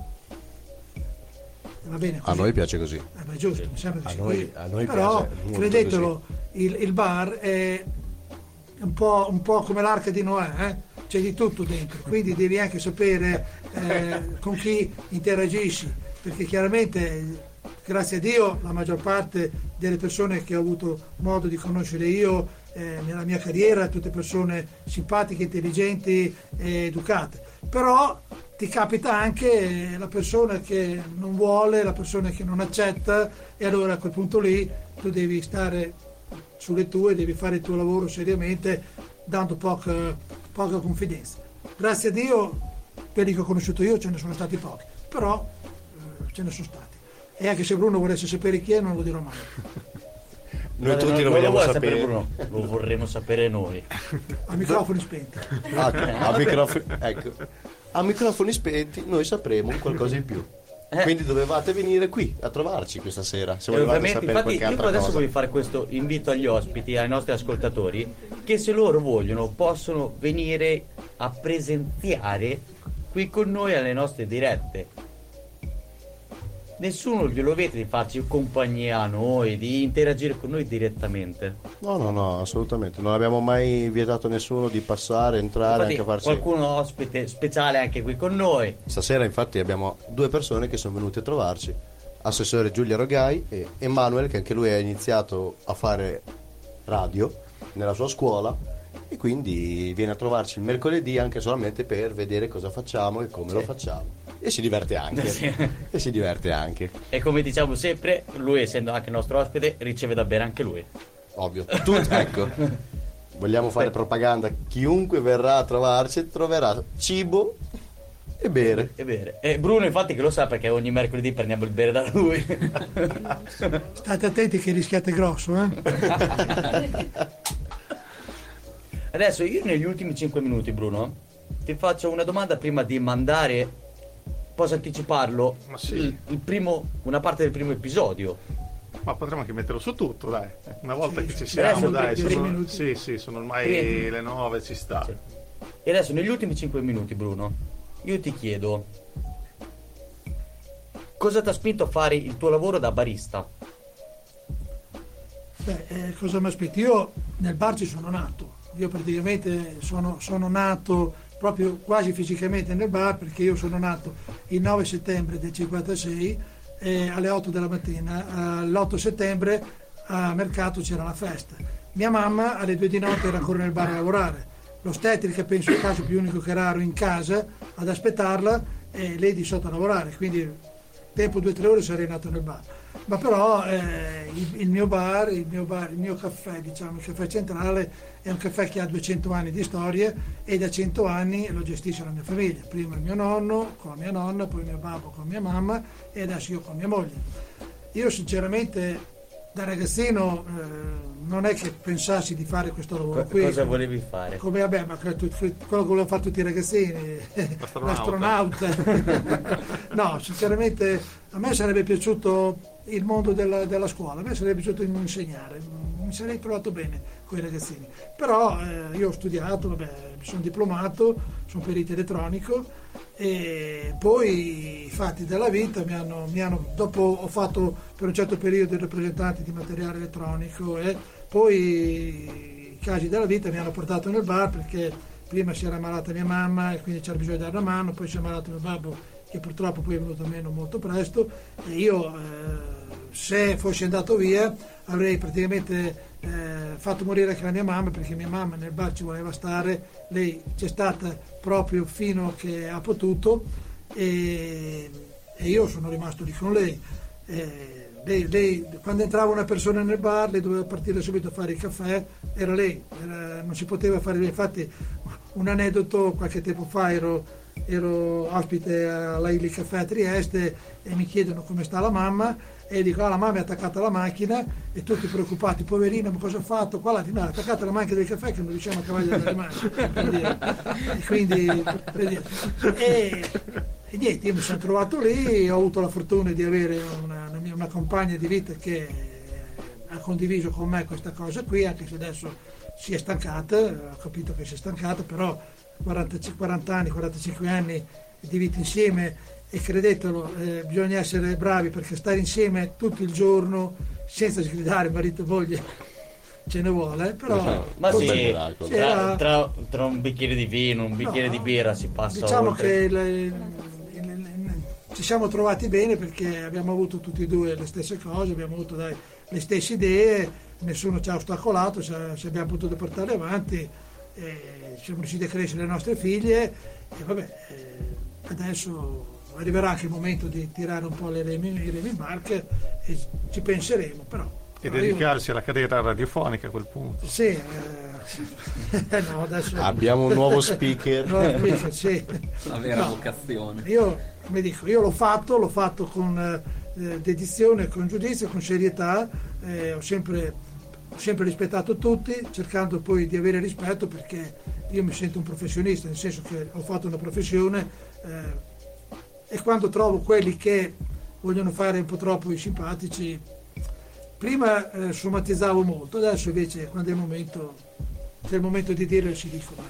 va bene A così. noi piace così. Eh, ma è giusto, mi sembra che A sia noi- così. a noi Però piace molto credetelo, il, il bar è un po', un po' come l'arca di Noè, eh? C'è di tutto dentro, quindi devi anche sapere eh, con chi interagisci, perché chiaramente, grazie a Dio, la maggior parte delle persone che ho avuto modo di conoscere io eh, nella mia carriera, tutte persone simpatiche, intelligenti e educate. Però ti capita anche la persona che non vuole, la persona che non accetta, e allora a quel punto lì tu devi stare sulle tue, devi fare il tuo lavoro seriamente, dando poca, poca confidenza. Grazie a Dio, quelli che ho conosciuto io ce ne sono stati pochi, però eh, ce ne sono stati. E anche se Bruno volesse sapere chi è, non lo dirò mai. Noi Ma tutti non- lo non vogliamo vuoi sapere. Bruno? Lo vorremmo sapere noi. A microfoni spenti. Ah, a, microfoni, ecco. A microfoni spenti noi sapremo qualcosa in più. Eh. Quindi dovevate venire qui a trovarci questa sera. Se E volevate ovviamente, sapere infatti, qualche io altra adesso cosa. voglio fare questo invito agli ospiti, ai nostri ascoltatori, che se loro vogliono possono venire a presenziare qui con noi alle nostre dirette. Nessuno glielo vede di farci compagnia a noi, di interagire con noi direttamente. No, no, no, assolutamente. Non abbiamo mai vietato a nessuno di passare, entrare, Infatti, anche a farsi. qualcuno ospite speciale anche qui con noi. Stasera infatti abbiamo due persone che sono venute a trovarci. Assessore Giulia Rogai e Emanuele, che anche lui ha iniziato a fare radio nella sua scuola e quindi viene a trovarci il mercoledì anche solamente per vedere cosa facciamo e come Sì. lo facciamo. E si diverte anche. Sì. E si diverte anche. E come diciamo sempre, lui essendo anche nostro ospite riceve da bere anche lui. Ovvio. Tutti, ecco. Vogliamo fare propaganda. Chiunque verrà a trovarci troverà cibo e bere. E bere. E Bruno infatti che lo sa perché ogni mercoledì prendiamo il bere da lui. State attenti che rischiate grosso, eh? Adesso io negli ultimi cinque minuti, Bruno, ti faccio una domanda prima di mandare, posso anticiparlo, Ma sì. il, il primo, una parte del primo episodio. Ma potremmo anche metterlo su tutto, dai. Una volta Sì, che ci sì, siamo, adesso dai. dieci Sono, minuti. sì, sì, sono ormai Sì. le nove, ci sta. Sì. E adesso negli ultimi cinque minuti, Bruno, io ti chiedo, cosa ti ha spinto a fare il tuo lavoro da barista? Beh, eh, cosa mi aspetti? Io nel bar ci sono nato, io praticamente sono, sono nato proprio quasi fisicamente nel bar perché io sono nato il nove settembre del cinquantasei eh, alle otto della mattina, l'otto settembre a Mercato c'era la festa. Mia mamma alle due di notte era ancora nel bar a lavorare, l'ostetrica penso il caso più unico che raro in casa ad aspettarla e lei di sotto a lavorare, quindi tempo due o tre ore sarei nato nel bar. Ma però eh, il, il mio bar, il mio bar, il mio caffè, diciamo, il caffè centrale è un caffè che ha duecento anni di storia e da cento anni lo gestisce la mia famiglia. Prima il mio nonno con la mia nonna, poi mio babbo con mia mamma e adesso io con mia moglie. Io sinceramente da ragazzino eh, non è che pensassi di fare questo lavoro Co- qui. cosa volevi fare? Come vabbè, ma que- tu- quello che volevano fare tutti i ragazzini, L'astronauta. l'astronauta. No, sinceramente a me sarebbe piaciuto il mondo della, della scuola, a me sarebbe piaciuto insegnare, mi sarei trovato bene con i ragazzini. Però eh, io ho studiato, vabbè, mi sono diplomato, sono perito elettronico e poi i fatti della vita mi hanno, mi hanno dopo ho fatto per un certo periodo il rappresentante di materiale elettronico e poi i casi della vita mi hanno portato nel bar perché prima si era ammalata mia mamma e quindi c'era bisogno di dare una mano, poi si è ammalato mio babbo che purtroppo poi è venuto meno molto presto e io eh, se fossi andato via avrei praticamente eh, fatto morire anche la mia mamma perché mia mamma nel bar ci voleva stare, lei c'è stata proprio fino a che ha potuto e, e io sono rimasto lì con lei. Eh, Lei, lei, quando entrava una persona nel bar, lei doveva partire subito a fare il caffè, era lei, era, non si poteva fare. Infatti, un aneddoto, qualche tempo fa ero, ero ospite alla Illy Caffè a Trieste e mi chiedono come sta la mamma e dico, ah, la mamma è attaccata alla macchina e tutti preoccupati, poverina, ma cosa ha fatto? Qua la, no, è attaccata alla macchina del caffè che non riusciamo a cavare dalle mani. Per dire. E quindi, per dire. E, E niente, io mi sono trovato lì, ho avuto la fortuna di avere una, una, mia, una compagna di vita che ha condiviso con me questa cosa qui, anche se adesso si è stancata, ho capito che si è stancata, però quaranta, quaranta anni, quarantacinque anni di vita insieme e credetelo, eh, bisogna essere bravi perché stare insieme tutto il giorno senza sgridare marito e moglie ce ne vuole, però Ma Cos'è sì, il miracolo? tra, tra, tra un bicchiere di vino, un bicchiere No, di birra si passa diciamo oltre. che il- il- il- ci siamo trovati bene perché abbiamo avuto tutti e due le stesse cose, abbiamo avuto dai, le stesse idee, nessuno ci ha ostacolato, ci ha- ci abbiamo potuto portare avanti, e siamo riusciti a crescere le nostre figlie e vabbè, eh, adesso arriverà anche il momento di tirare un po' le remi, i remi in barca e ci penseremo, però. E però io- dedicarsi alla carriera radiofonica a quel punto. Sì, eh, no, adesso... Abbiamo un nuovo speaker. No, invece, sì. La vera No. vocazione. Io, come dico, io l'ho fatto, l'ho fatto con eh, dedizione, con giudizio, con serietà, eh, ho, sempre, ho sempre rispettato tutti, cercando poi di avere rispetto perché io mi sento un professionista, nel senso che ho fatto una professione, eh, e quando trovo quelli che vogliono fare un po' troppo i simpatici, prima eh, somatizzavo molto, adesso invece quando è il momento, se è il momento di dire si dicono.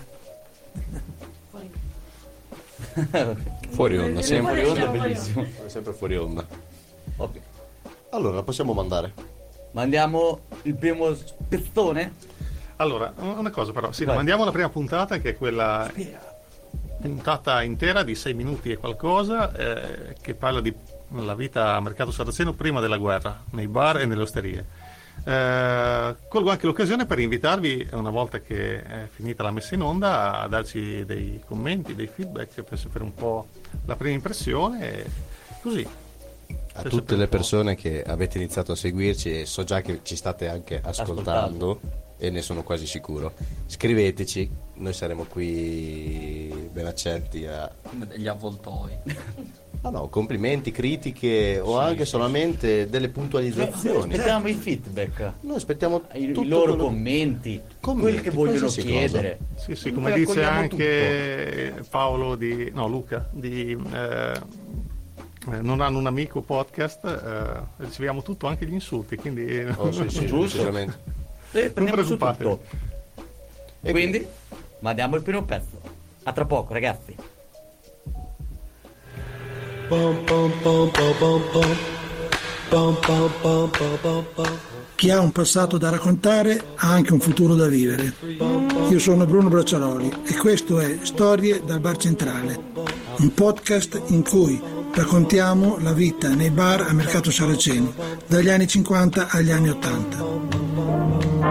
Fuori onda, sempre. Fuori onda, bellissimo. Sempre fuori onda. Ok. Allora, possiamo mandare. Mandiamo il primo spezzone? Allora, una cosa però, sì, Vai. mandiamo la prima puntata, che è quella puntata intera di sei minuti e qualcosa, eh, che parla di la vita a mercato saraceno prima della guerra, nei bar e nelle osterie. Eh, colgo anche l'occasione per invitarvi, una volta che è finita la messa in onda, a darci dei commenti, dei feedback per sapere un po' la prima impressione, e così. A Per tutte sapere le un po'. persone che avete iniziato a seguirci, e so già che ci state anche ascoltando, e ne sono quasi sicuro, scriveteci, noi saremo qui ben accetti a... Come degli avvoltoi. No, no, complimenti, critiche o anche solamente delle puntualizzazioni. Aspettiamo i feedback, Noi aspettiamo i, i tutto loro quello- commenti, Commenti, quelli che vogliono qualsiasi chiedere. Sì, sì, Comunque come dice accogliamo anche Paolo di, no, Luca di eh, eh, Non hanno un amico podcast, eh, riceviamo tutto, anche gli insulti, quindi Oh, sì, sì, Giusto. decisamente. tutto. E prendiamo su preoccupatevi. tutto. E quindi mandiamo il primo pezzo. A tra poco, ragazzi. Chi ha un passato da raccontare ha anche un futuro da vivere. Io sono Bruno Bracciaroli e questo è Storie dal Bar Centrale, un podcast in cui raccontiamo la vita nei bar a mercato saraceno, dagli anni cinquanta agli anni ottanta.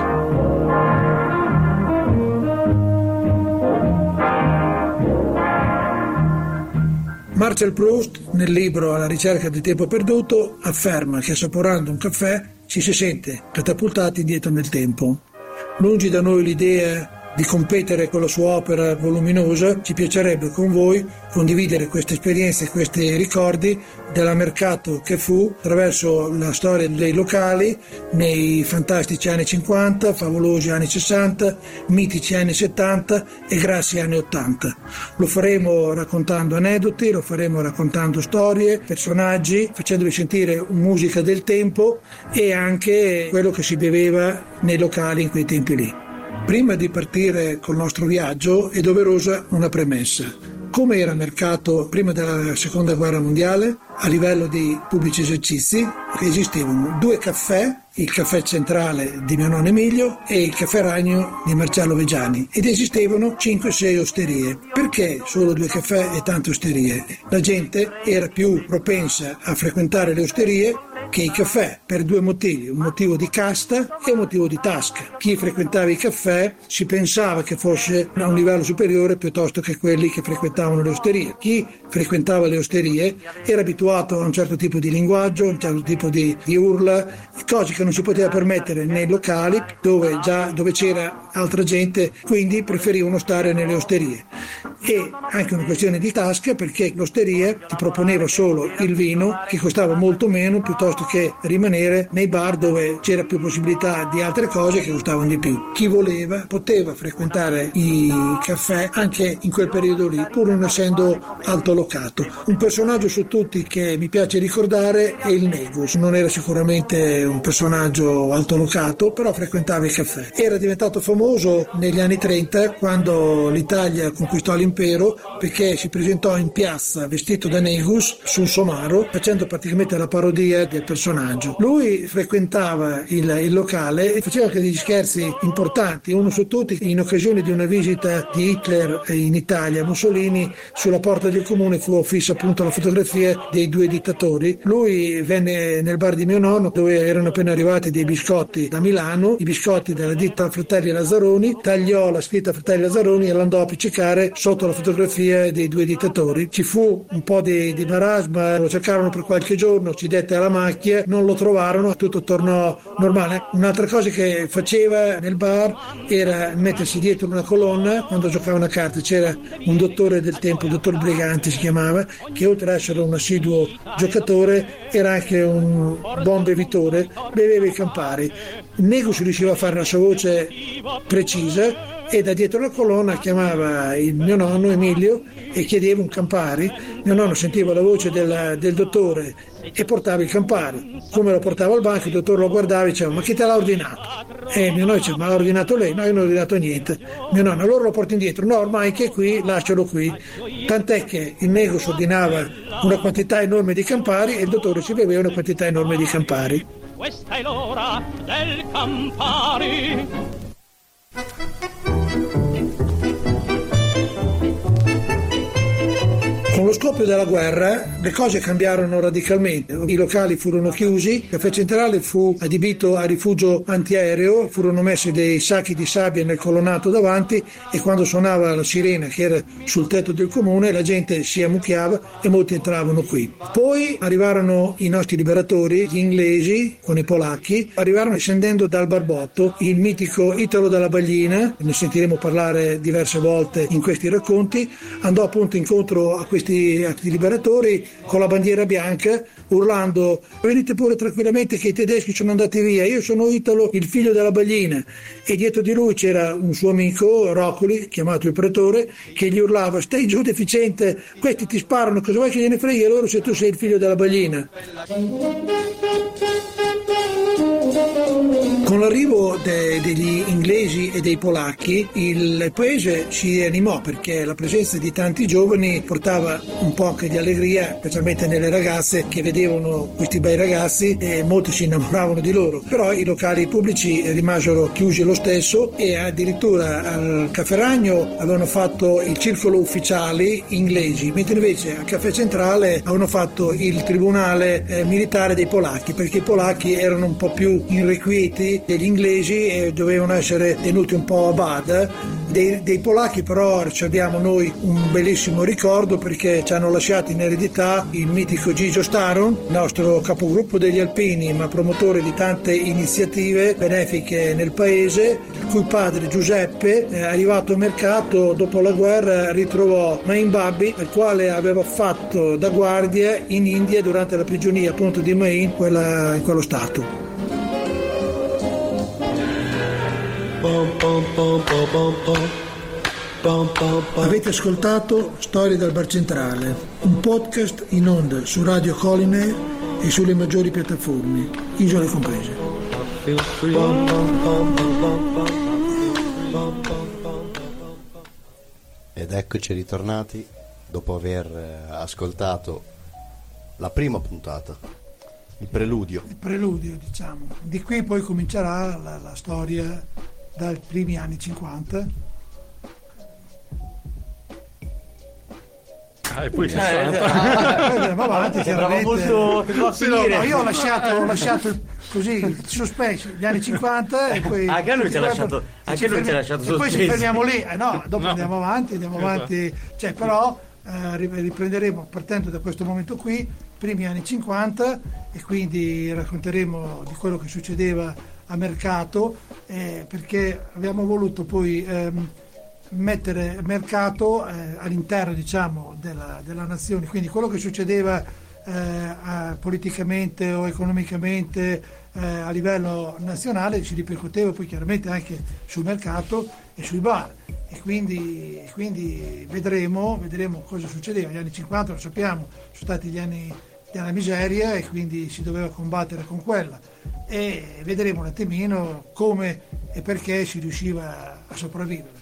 Marcel Proust, nel libro Alla ricerca del tempo perduto, afferma che assaporando un caffè ci si sente catapultati indietro nel tempo. Lungi da noi l'idea di competere con la sua opera voluminosa, ci piacerebbe con voi condividere queste esperienze e questi ricordi della mercato che fu attraverso la storia dei locali nei fantastici anni cinquanta, favolosi anni sessanta, mitici anni settanta e grassi anni ottanta. Lo faremo raccontando aneddoti, lo faremo raccontando storie, personaggi, facendovi sentire musica del tempo e anche quello che si beveva nei locali in quei tempi lì. Prima di partire col nostro viaggio è doverosa una premessa. Come era il mercato prima della seconda guerra mondiale? A livello di pubblici esercizi esistevano due caffè, il caffè centrale di mio nonno Emilio e il caffè Ragno di Marcello Vegiani, ed esistevano cinque sei osterie. Perché solo due caffè e tante osterie? La gente era più propensa a frequentare le osterie che i caffè, per due motivi, un motivo di casta e un motivo di tasca. Chi frequentava i caffè si pensava che fosse a un livello superiore piuttosto che quelli che frequentavano le osterie. Chi frequentava le osterie era abituato a un certo tipo di linguaggio, a un certo tipo di, di urla, cose che non si poteva permettere nei locali dove già dove c'era altra gente, quindi preferivano stare nelle osterie. E anche una questione di tasca, perché l'osteria ti proponeva solo il vino che costava molto meno piuttosto che rimanere nei bar dove c'era più possibilità di altre cose che costavano di più. Chi voleva poteva frequentare i caffè anche in quel periodo lì, pur non essendo altolocato. Un personaggio su tutti che mi piace ricordare è il Negus. Non era sicuramente un personaggio altolocato, però frequentava i caffè. Era diventato famoso negli anni trenta, quando l'Italia conquistò l'impero, perché si presentò in piazza vestito da Negus su un somaro, facendo praticamente la parodia del personaggio. Lui frequentava il, il locale e faceva anche degli scherzi importanti, uno su tutti in occasione di una visita di Hitler in Italia, Mussolini, sulla porta del comune fu affissa appunto la fotografia dei due dittatori. Lui venne nel bar di mio nonno, dove erano appena arrivati dei biscotti da Milano, i biscotti della ditta Fratelli Lazzaroni, tagliò la scritta Fratelli Lazzaroni e l'andò a appiccicare sotto la fotografia dei due dittatori. Ci fu un po' di, di marasma, lo cercarono per qualche giorno, ci dette alla macchina, non lo trovarono, tutto tornò normale. Un'altra cosa che faceva nel bar era mettersi dietro una colonna quando giocavano a carte. C'era un dottore del tempo, il dottor Briganti si chiamava, che oltre ad essere un assiduo giocatore era anche un buon bevitore, beveva i Campari. Negus riusciva a fare la sua voce precisa e da dietro la colonna chiamava il mio nonno Emilio e chiedeva un Campari. Mio nonno sentiva la voce del, del dottore e portava il Campari. Come lo portava al banco, il dottore lo guardava e diceva: ma chi te l'ha ordinato? E mio nonno diceva: ma l'ha ordinato lei? No, io non ho ordinato niente. Mio nonno: allora lo porti indietro. No, ormai che è qui, lascialo qui. Tant'è che il Negus ordinava una quantità enorme di Campari e il dottore si beveva una quantità enorme di Campari. Questa è l'ora del Campari. Con lo scoppio della guerra le cose cambiarono radicalmente, i locali furono chiusi, il caffè centrale fu adibito a rifugio antiaereo, furono messi dei sacchi di sabbia nel colonnato davanti e quando suonava la sirena che era sul tetto del comune la gente si ammucchiava e molti entravano qui. Poi arrivarono i nostri liberatori, gli inglesi con i polacchi, arrivarono scendendo dal Barbotto, il mitico Italo della Baglina, ne sentiremo parlare diverse volte in questi racconti, andò appunto incontro a questi liberatori con la bandiera bianca urlando: venite pure tranquillamente che i tedeschi sono andati via, io sono Italo, il figlio della Baglina. E dietro di lui c'era un suo amico Roccoli, chiamato il pretore, che gli urlava: stai giù deficiente, questi ti sparano, cosa vuoi che gliene freghi loro se tu sei il figlio della Baglina? Con l'arrivo de, degli inglesi e dei polacchi il paese si animò perché la presenza di tanti giovani portava un po' anche di allegria, specialmente nelle ragazze che vedevano questi bei ragazzi e molti si innamoravano di loro. Però i locali pubblici rimasero chiusi lo stesso e addirittura al Caffè Ragno avevano fatto il circolo ufficiali inglesi, mentre invece al Caffè Centrale avevano fatto il tribunale eh, militare dei polacchi, perché i polacchi erano un po' più irrequieti degli inglesi e dovevano essere tenuti un po' a bada. Dei, dei polacchi però ci abbiamo noi un bellissimo ricordo perché ci hanno lasciato in eredità il mitico Gigio Staron, nostro capogruppo degli alpini ma promotore di tante iniziative benefiche nel paese, il cui padre Giuseppe, eh, arrivato a mercato dopo la guerra, ritrovò Main Babbi, al quale aveva fatto da guardia in India durante la prigionia appunto di Main, quella, in quello stato. Avete ascoltato Storie dal Bar Centrale, un podcast in onda su Radio Coline e sulle maggiori piattaforme, isole comprese. Ed eccoci ritornati dopo aver ascoltato la prima puntata, il preludio. Il preludio, diciamo. Di qui poi comincerà la, la storia dai primi anni cinquanta. Ah, e poi Eh, sessanta. Poi andiamo avanti, Sembrava chiaramente. molto che può Sì, no, finire. no, io ho lasciato, ho lasciato il- così il sospeso gli anni cinquanta e poi Anche a lui ci ha lasciato- anche lui ci ha lasciato e poi ci sospesi. fermiamo lì, eh, no, dopo No. andiamo avanti, andiamo avanti, cioè però eh, riprenderemo partendo da questo momento qui, primi anni cinquanta, e quindi racconteremo di quello che succedeva a mercato, eh, perché abbiamo voluto poi ehm, mettere mercato eh, all'interno, diciamo, della, della nazione, quindi quello che succedeva eh, a- politicamente o economicamente eh, a livello nazionale si ripercuoteva poi chiaramente anche sul mercato e sui bar, e quindi, e quindi vedremo, vedremo cosa succedeva. Gli anni cinquanta, lo sappiamo, sono stati gli anni della miseria e quindi si doveva combattere con quella, e vedremo un attimino come e perché si riusciva a sopravvivere.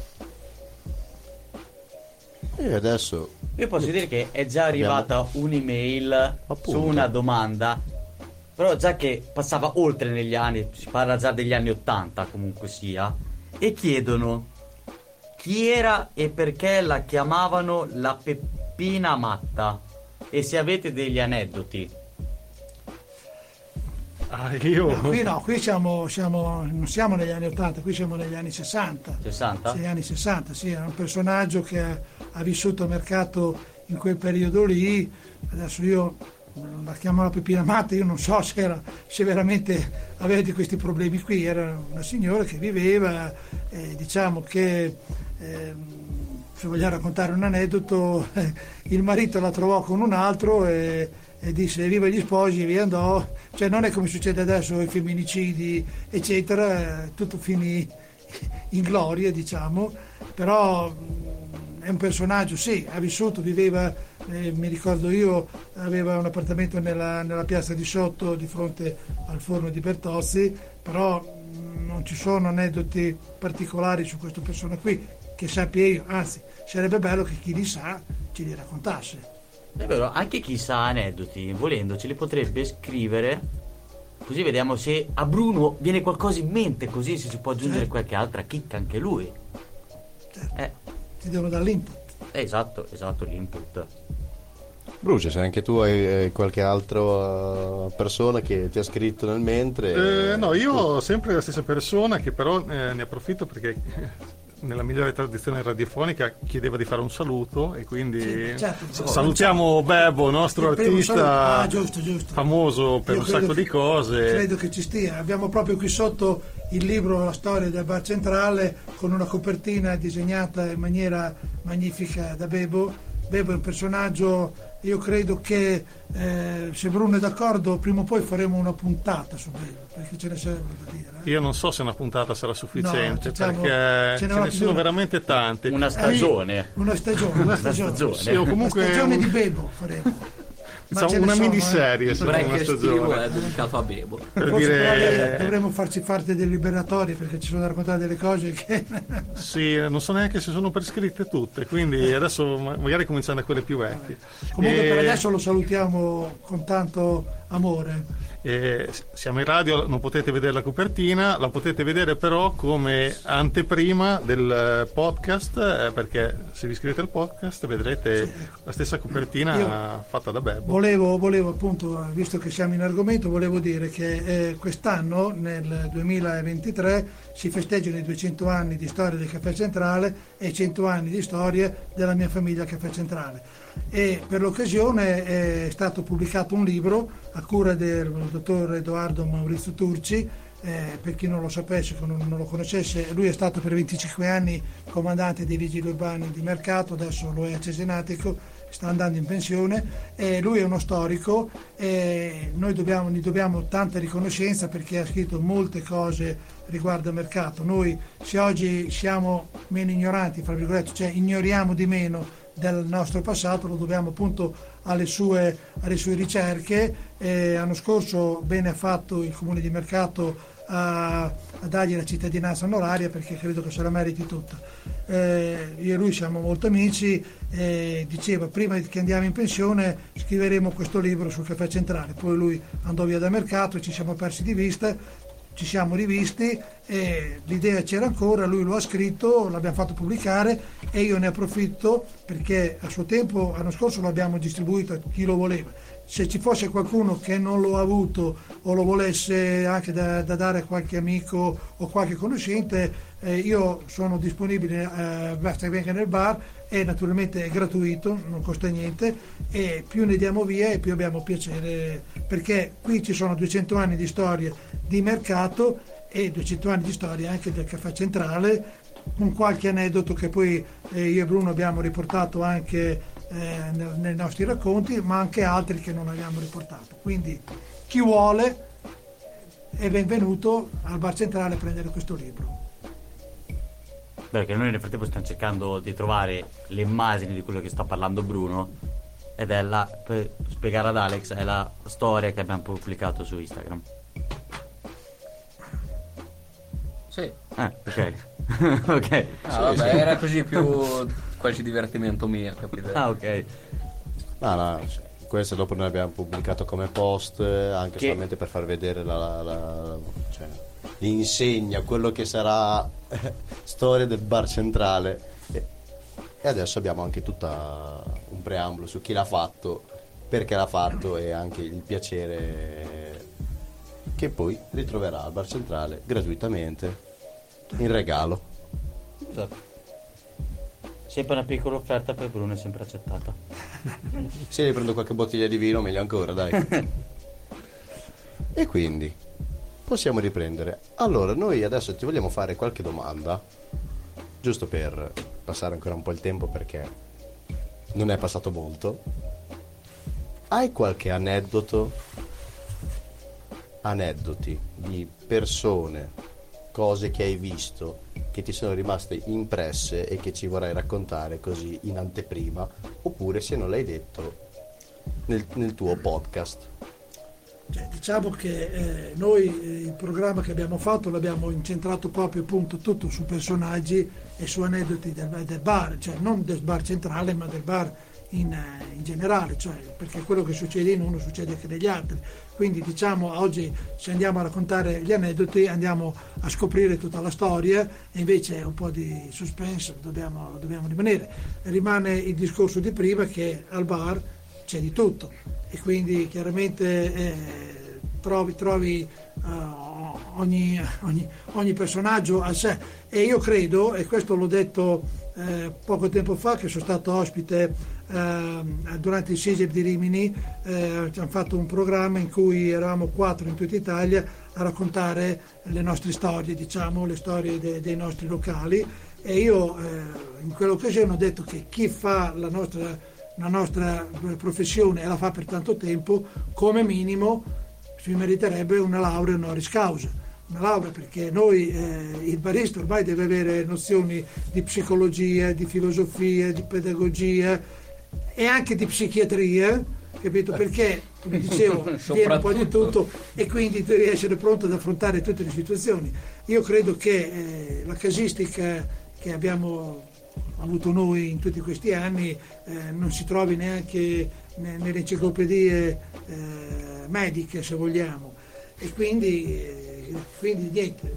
E adesso Io posso dire che è già arrivata un'email Appunto. su una domanda, però già che passava oltre negli anni, si parla già degli anni ottanta comunque sia, e chiedono chi era e perché la chiamavano la Peppina Matta, e se avete degli aneddoti. Ah, io... No, qui no, qui siamo, siamo, non siamo negli anni ottanta, qui siamo negli anni sessanta. sessanta? Sì, anni sessanta, sì, era un personaggio che ha, ha vissuto a mercato in quel periodo lì. Adesso io la chiamo la Peppina Matta, io non so se, era, se veramente aveva di questi problemi qui, era una signora che viveva, eh, diciamo che, eh, se vogliamo raccontare un aneddoto, eh, il marito la trovò con un altro e, e disse viva gli sposi e via andò, cioè non è come succede adesso i femminicidi eccetera, eh, tutto finì in gloria, diciamo, però mh, è un personaggio, sì, ha vissuto, viveva, eh, mi ricordo io, aveva un appartamento nella, nella piazza di sotto di fronte al forno di Bertozzi, però mh, non ci sono aneddoti particolari su questa persona qui, che sappia io, anzi sarebbe bello che chi li sa ce li raccontasse. È vero, anche chi sa aneddoti, volendo, ce li potrebbe scrivere, così vediamo se a Bruno viene qualcosa in mente, così se si può aggiungere certo. qualche altra chicca anche lui. Certo. Eh, Ti devo dare l'input. eh, esatto, esatto, l'input. Bruce, se anche tu hai eh, qualche altra uh, persona che ti ha scritto nel mentre... Eh, no, io ho sempre la stessa persona che però eh, ne approfitto perché nella migliore tradizione radiofonica chiedeva di fare un saluto e quindi Sì, certo. s- salutiamo Bebo, nostro Il primo saluto- artista ah, giusto, giusto. famoso per Io un credo sacco che- di cose. Credo che ci stia. Abbiamo proprio qui sotto il libro La storia del bar centrale con una copertina disegnata in maniera magnifica da Bebo. Bebo è un personaggio, io credo che eh, se Bruno è d'accordo prima o poi faremo una puntata su Bebo, perché ce ne serve da dire. eh. Io non so se una puntata sarà sufficiente No, diciamo, perché ce ce n'è ne sono più- veramente tante. Una stagione. Una stagione, una stagione. stagione. Sì, o comunque Una stagione un- di Bebo faremo. Ma diciamo ce ne una sono, eh. miniserie, Il secondo break una estivo stagione. è dedicato a Bebo. Per Forse però dire dovremmo farci parte dei liberatori perché ci sono da raccontare delle cose che sì, non so neanche se sono prescritte tutte, quindi adesso ma- magari cominciando da quelle più vecchie. comunque E- per adesso lo salutiamo con tanto amore. Eh, siamo in radio, non potete vedere la copertina, la potete vedere però come anteprima del eh, podcast, eh, perché se vi iscrivete al podcast vedrete la stessa copertina Io- fatta da Bebo. Volevo, volevo appunto, visto che siamo in argomento, volevo dire che eh, quest'anno, nel duemilaventitré, si festeggiano i duecento anni di storia del Caffè Centrale e i cento anni di storia della mia famiglia Caffè Centrale. E per l'occasione è stato pubblicato un libro a cura del dottor Edoardo Maurizio Turci. Eh, per chi non lo sapesse, non, non lo conoscesse, lui è stato per venticinque anni comandante dei vigili urbani di Mercato, adesso lo è a Cesenatico, sta andando in pensione, e lui è uno storico e noi dobbiamo, gli dobbiamo tanta riconoscenza perché ha scritto molte cose riguardo a Mercato. Noi se oggi siamo meno ignoranti, fra virgolette, cioè ignoriamo di meno del nostro passato, lo dobbiamo appunto alle sue, alle sue ricerche. Eh, l'anno scorso bene ha fatto il Comune di Mercato a, a dargli la cittadinanza onoraria perché credo che se la meriti tutta. Eh, io e lui siamo molto amici, eh, diceva prima che andiamo in pensione scriveremo questo libro sul Caffè Centrale, poi lui andò via da Mercato, ci siamo persi di vista, ci siamo rivisti e l'idea c'era ancora, lui lo ha scritto, l'abbiamo fatto pubblicare e io ne approfitto perché a suo tempo, l'anno scorso, l'abbiamo distribuito a chi lo voleva. Se ci fosse qualcuno che non lo ha avuto o lo volesse anche da, da dare a qualche amico o qualche conoscente, eh, io sono disponibile, eh, basta che venga nel bar e naturalmente è gratuito, non costa niente e più ne diamo via e più abbiamo piacere perché qui ci sono duecento anni di storia di Mercato e duecento anni di storia anche del Caffè Centrale, con qualche aneddoto che poi eh, io e Bruno abbiamo riportato anche eh, nel, nei nostri racconti, ma anche altri che non abbiamo riportato. Quindi chi vuole è benvenuto al Bar Centrale a prendere questo libro. Perché noi nel frattempo stiamo cercando di trovare le immagini di quello che sta parlando Bruno ed è la, per spiegare ad Alex, è la storia che abbiamo pubblicato su Instagram. Sì. Eh, ok. ok. Ah, vabbè, era così più quasi divertimento mio, capito? Ah, ok. No, no, cioè, questo dopo noi abbiamo pubblicato come post, eh, anche Che- solamente per far vedere la, la- la- cioè, l'insegna, quello che sarà storia del Bar Centrale. E, e adesso abbiamo anche tutta un preambolo su chi l'ha fatto, perché l'ha fatto e anche il piacere che poi ritroverà al Bar Centrale gratuitamente in regalo. Esatto. Sempre una piccola offerta per Bruno è sempre accettata. Se ne prendo qualche bottiglia di vino, meglio ancora, dai. E quindi possiamo riprendere. Allora, noi adesso ti vogliamo fare qualche domanda, giusto per passare ancora un po' il tempo perché non è passato molto. Hai qualche aneddoto? Aneddoti di persone cose che hai visto, che ti sono rimaste impresse e che ci vorrai raccontare così in anteprima, oppure se non l'hai detto nel, nel tuo podcast. Cioè, diciamo che eh, noi eh, il programma che abbiamo fatto l'abbiamo incentrato proprio appunto tutto su personaggi e su aneddoti del, del bar, cioè non del bar centrale ma del bar in, in generale, cioè, perché quello che succede in uno succede anche negli altri. Quindi diciamo oggi se andiamo a raccontare gli aneddoti andiamo a scoprire tutta la storia e invece un po' di suspense dobbiamo, dobbiamo rimanere. Rimane il discorso di prima che al bar c'è di tutto e quindi chiaramente eh, trovi, trovi uh, ogni, ogni, ogni personaggio a sé e io credo, e questo l'ho detto eh, poco tempo fa che sono stato ospite eh, durante il SISEP di Rimini, eh, abbiamo fatto un programma in cui eravamo quattro in tutta Italia a raccontare le nostre storie, diciamo le storie de, dei nostri locali e io eh, in quell'occasione ho detto che chi fa la nostra la nostra professione e la fa per tanto tempo, come minimo si meriterebbe una laurea honoris causa. Una laurea perché noi, eh, il barista ormai deve avere nozioni di psicologia, di filosofia, di pedagogia e anche di psichiatria, capito? Perché, come dicevo, viene un po' di tutto e quindi devi essere pronto ad affrontare tutte le situazioni. Io credo che eh, la casistica che abbiamo avuto noi in tutti questi anni eh, non si trovi neanche nelle enciclopedie eh, mediche se vogliamo e quindi, eh, quindi niente,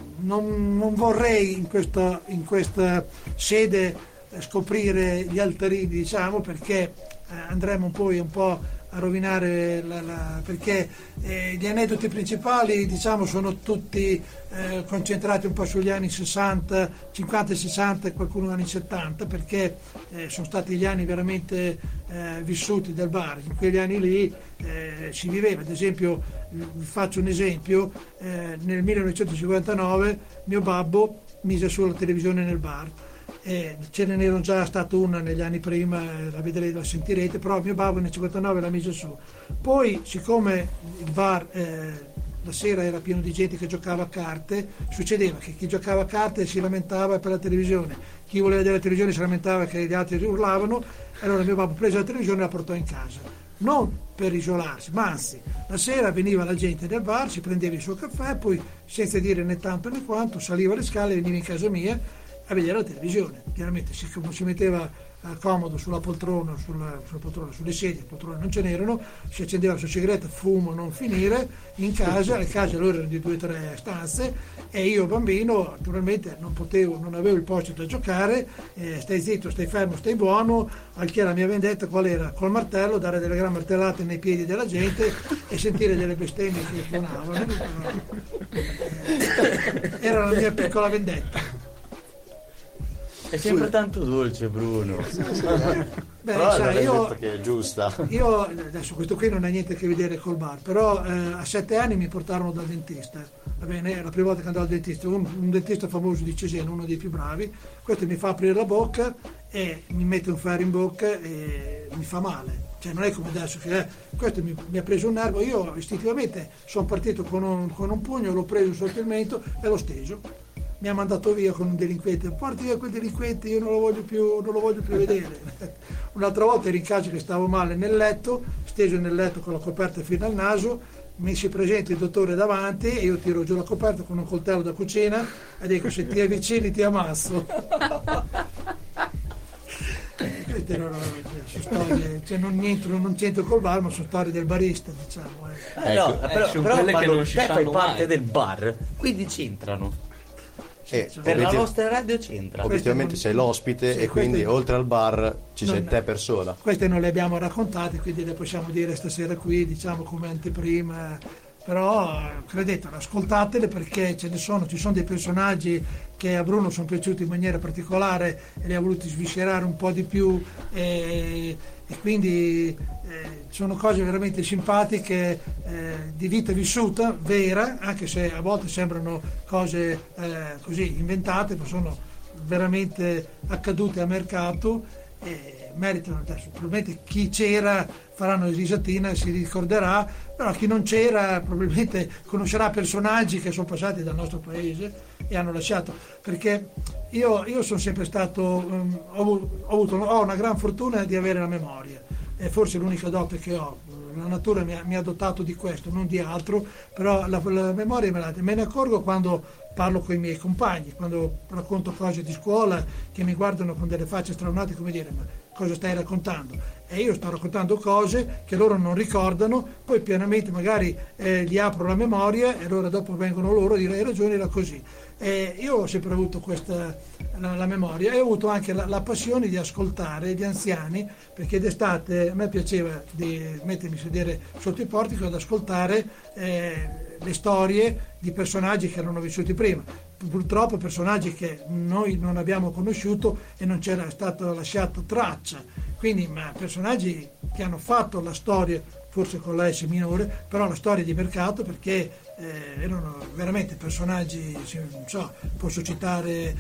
non, non vorrei in questa, in questa sede scoprire gli altarini, diciamo, perché eh, andremo poi un po' a rovinare la, la, perché eh, gli aneddoti principali, diciamo, sono tutti eh, concentrati un po' sugli anni sessanta, cinquanta e sessanta e qualcuno negli anni settanta, perché eh, sono stati gli anni veramente eh, vissuti del bar. In quegli anni lì eh, si viveva, ad esempio, vi faccio un esempio, eh, nel millenovecentocinquantanove mio babbo mise sulla televisione nel bar. Eh, ce ne era già stata una negli anni prima, eh, la vedrete, la sentirete, però mio babbo nel cinquantanove la mise su. Poi, siccome il bar eh, la sera era pieno di gente che giocava a carte, succedeva che chi giocava a carte si lamentava per la televisione, chi voleva vedere la televisione si lamentava che gli altri urlavano, allora mio babbo prese la televisione e la portò in casa. Non per isolarsi, ma anzi, la sera veniva la gente del bar, si prendeva il suo caffè, poi senza dire né tanto né quanto, saliva le scale e veniva in casa mia a vedere la televisione. Chiaramente si, si metteva eh, comodo sulla poltrona, sulla, sulla poltrona, sulle sedie, le poltrone non ce n'erano, si accendeva la sua sigaretta, fumo non finire, in casa, le case allora erano di due o tre stanze e io bambino naturalmente non potevo, non avevo il posto da giocare, eh, stai zitto, stai fermo, stai buono, al che la mia vendetta qual era? Col martello dare delle gran martellate nei piedi della gente e sentire delle bestemmie che suonavano. Era la mia piccola vendetta. È sempre tanto dolce, Bruno. Beh, però sai, io, che è giusta. Io adesso questo qui non ha niente a che vedere col bar, però eh, a sette anni mi portarono dal dentista, va bene, era la prima volta che andavo al dentista, un, un dentista famoso di Cesena, uno dei più bravi, questo mi fa aprire la bocca e mi mette un ferro in bocca e mi fa male, cioè non è come adesso che eh, questo mi, mi ha preso un nervo, io istintivamente sono partito con un, con un pugno, l'ho preso sotto il mento e l'ho steso. Mi ha mandato via con un delinquente, porti via quel delinquente, io non lo voglio più, non lo voglio più vedere. Un'altra volta ero in casa che stavo male nel letto, steso nel letto con la coperta fino al naso, mi si presenta il dottore davanti e io tiro giù la coperta con un coltello da cucina e dico se ti avvicini ti ammasso. Queste erano storie, cioè non, entro, non c'entro col bar, ma sono storie del barista, diciamo. Eh. Eh, no, Ecco, però, eh, sono però quelle che quando non si te fai sanno parte mai. del bar, quindi c'entrano. E Per la obiettiv- nostra radio c'entra. obiettivamente non- sei l'ospite sì, e quindi queste- oltre al bar ci sei non- te persona. Queste non le abbiamo raccontate, quindi le possiamo dire stasera qui, diciamo come anteprima, però credetelo, ascoltatele perché ce ne sono, ci sono dei personaggi che a Bruno sono piaciuti in maniera particolare e li ha voluti sviscerare un po' di più e, e quindi eh, sono cose veramente simpatiche, eh, di vita vissuta, vera, anche se a volte sembrano cose eh, così inventate, ma sono veramente accadute a mercato e meritano adesso. Probabilmente chi c'era farà una risatina e si ricorderà, però chi non c'era probabilmente conoscerà personaggi che sono passati dal nostro paese e hanno lasciato, perché io, io sono sempre stato, um, ho, ho, avuto, ho una gran fortuna di avere la memoria, è forse l'unica dote che ho. La natura mi ha, mi ha dotato di questo, non di altro, però la, la memoria me la me ne accorgo quando parlo con i miei compagni, quando racconto cose di scuola che mi guardano con delle facce straordinarie come dire ma cosa stai raccontando? E io sto raccontando cose che loro non ricordano, poi pianamente magari eh, gli apro la memoria e allora dopo vengono loro a dire hai ragione, era così. Eh, io ho sempre avuto questa la, la memoria e ho avuto anche la, la passione di ascoltare gli anziani, perché d'estate a me piaceva di mettermi a sedere sotto il portico ad ascoltare eh, le storie di personaggi che erano vissuti prima, purtroppo personaggi che noi non abbiamo conosciuto e non c'era stata lasciata traccia, quindi ma personaggi che hanno fatto la storia, forse con la S minore, però la storia di mercato, perché eh, erano veramente personaggi, non so, posso citare eh,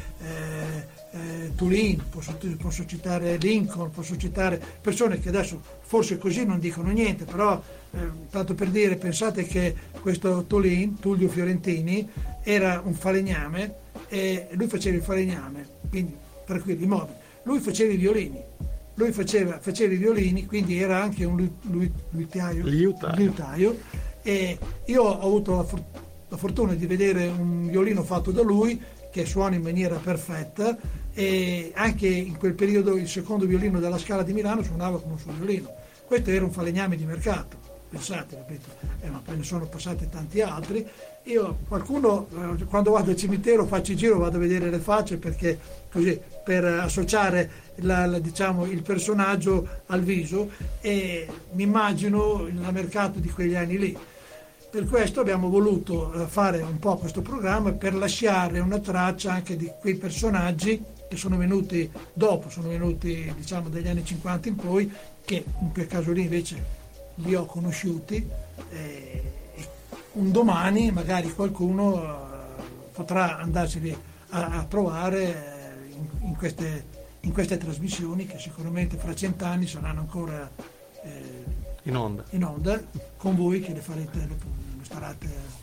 eh, Tulin, posso, posso citare Lincoln, posso citare persone che adesso forse così non dicono niente, però eh, tanto per dire, pensate che questo Tulin, Tullio Fiorentini, era un falegname e lui faceva il falegname, quindi tranquilli, immobili, lui faceva i violini. Lui faceva, faceva i violini, quindi era anche un liutaio, liutaio. liutaio e io ho avuto la, for- la fortuna di vedere un violino fatto da lui che suona in maniera perfetta e anche in quel periodo il secondo violino della Scala di Milano suonava come un suo violino. Questo era un falegname di mercato, pensate, capito? Eh, ma poi ne sono passati tanti altri. Io, qualcuno, eh, quando vado al cimitero faccio il giro, vado a vedere le facce perché così per associare la, la, diciamo, il personaggio al viso e mi immagino il mercato di quegli anni lì. Per questo abbiamo voluto fare un po' questo programma per lasciare una traccia anche di quei personaggi che sono venuti dopo, sono venuti diciamo dagli anni cinquanta in poi, che in quel caso lì invece li ho conosciuti e, e un domani magari qualcuno uh, potrà andarci a, a trovare in, in, queste, in queste trasmissioni che sicuramente fra cent'anni saranno ancora eh, in onda. in onda con voi che le farete, le, le starate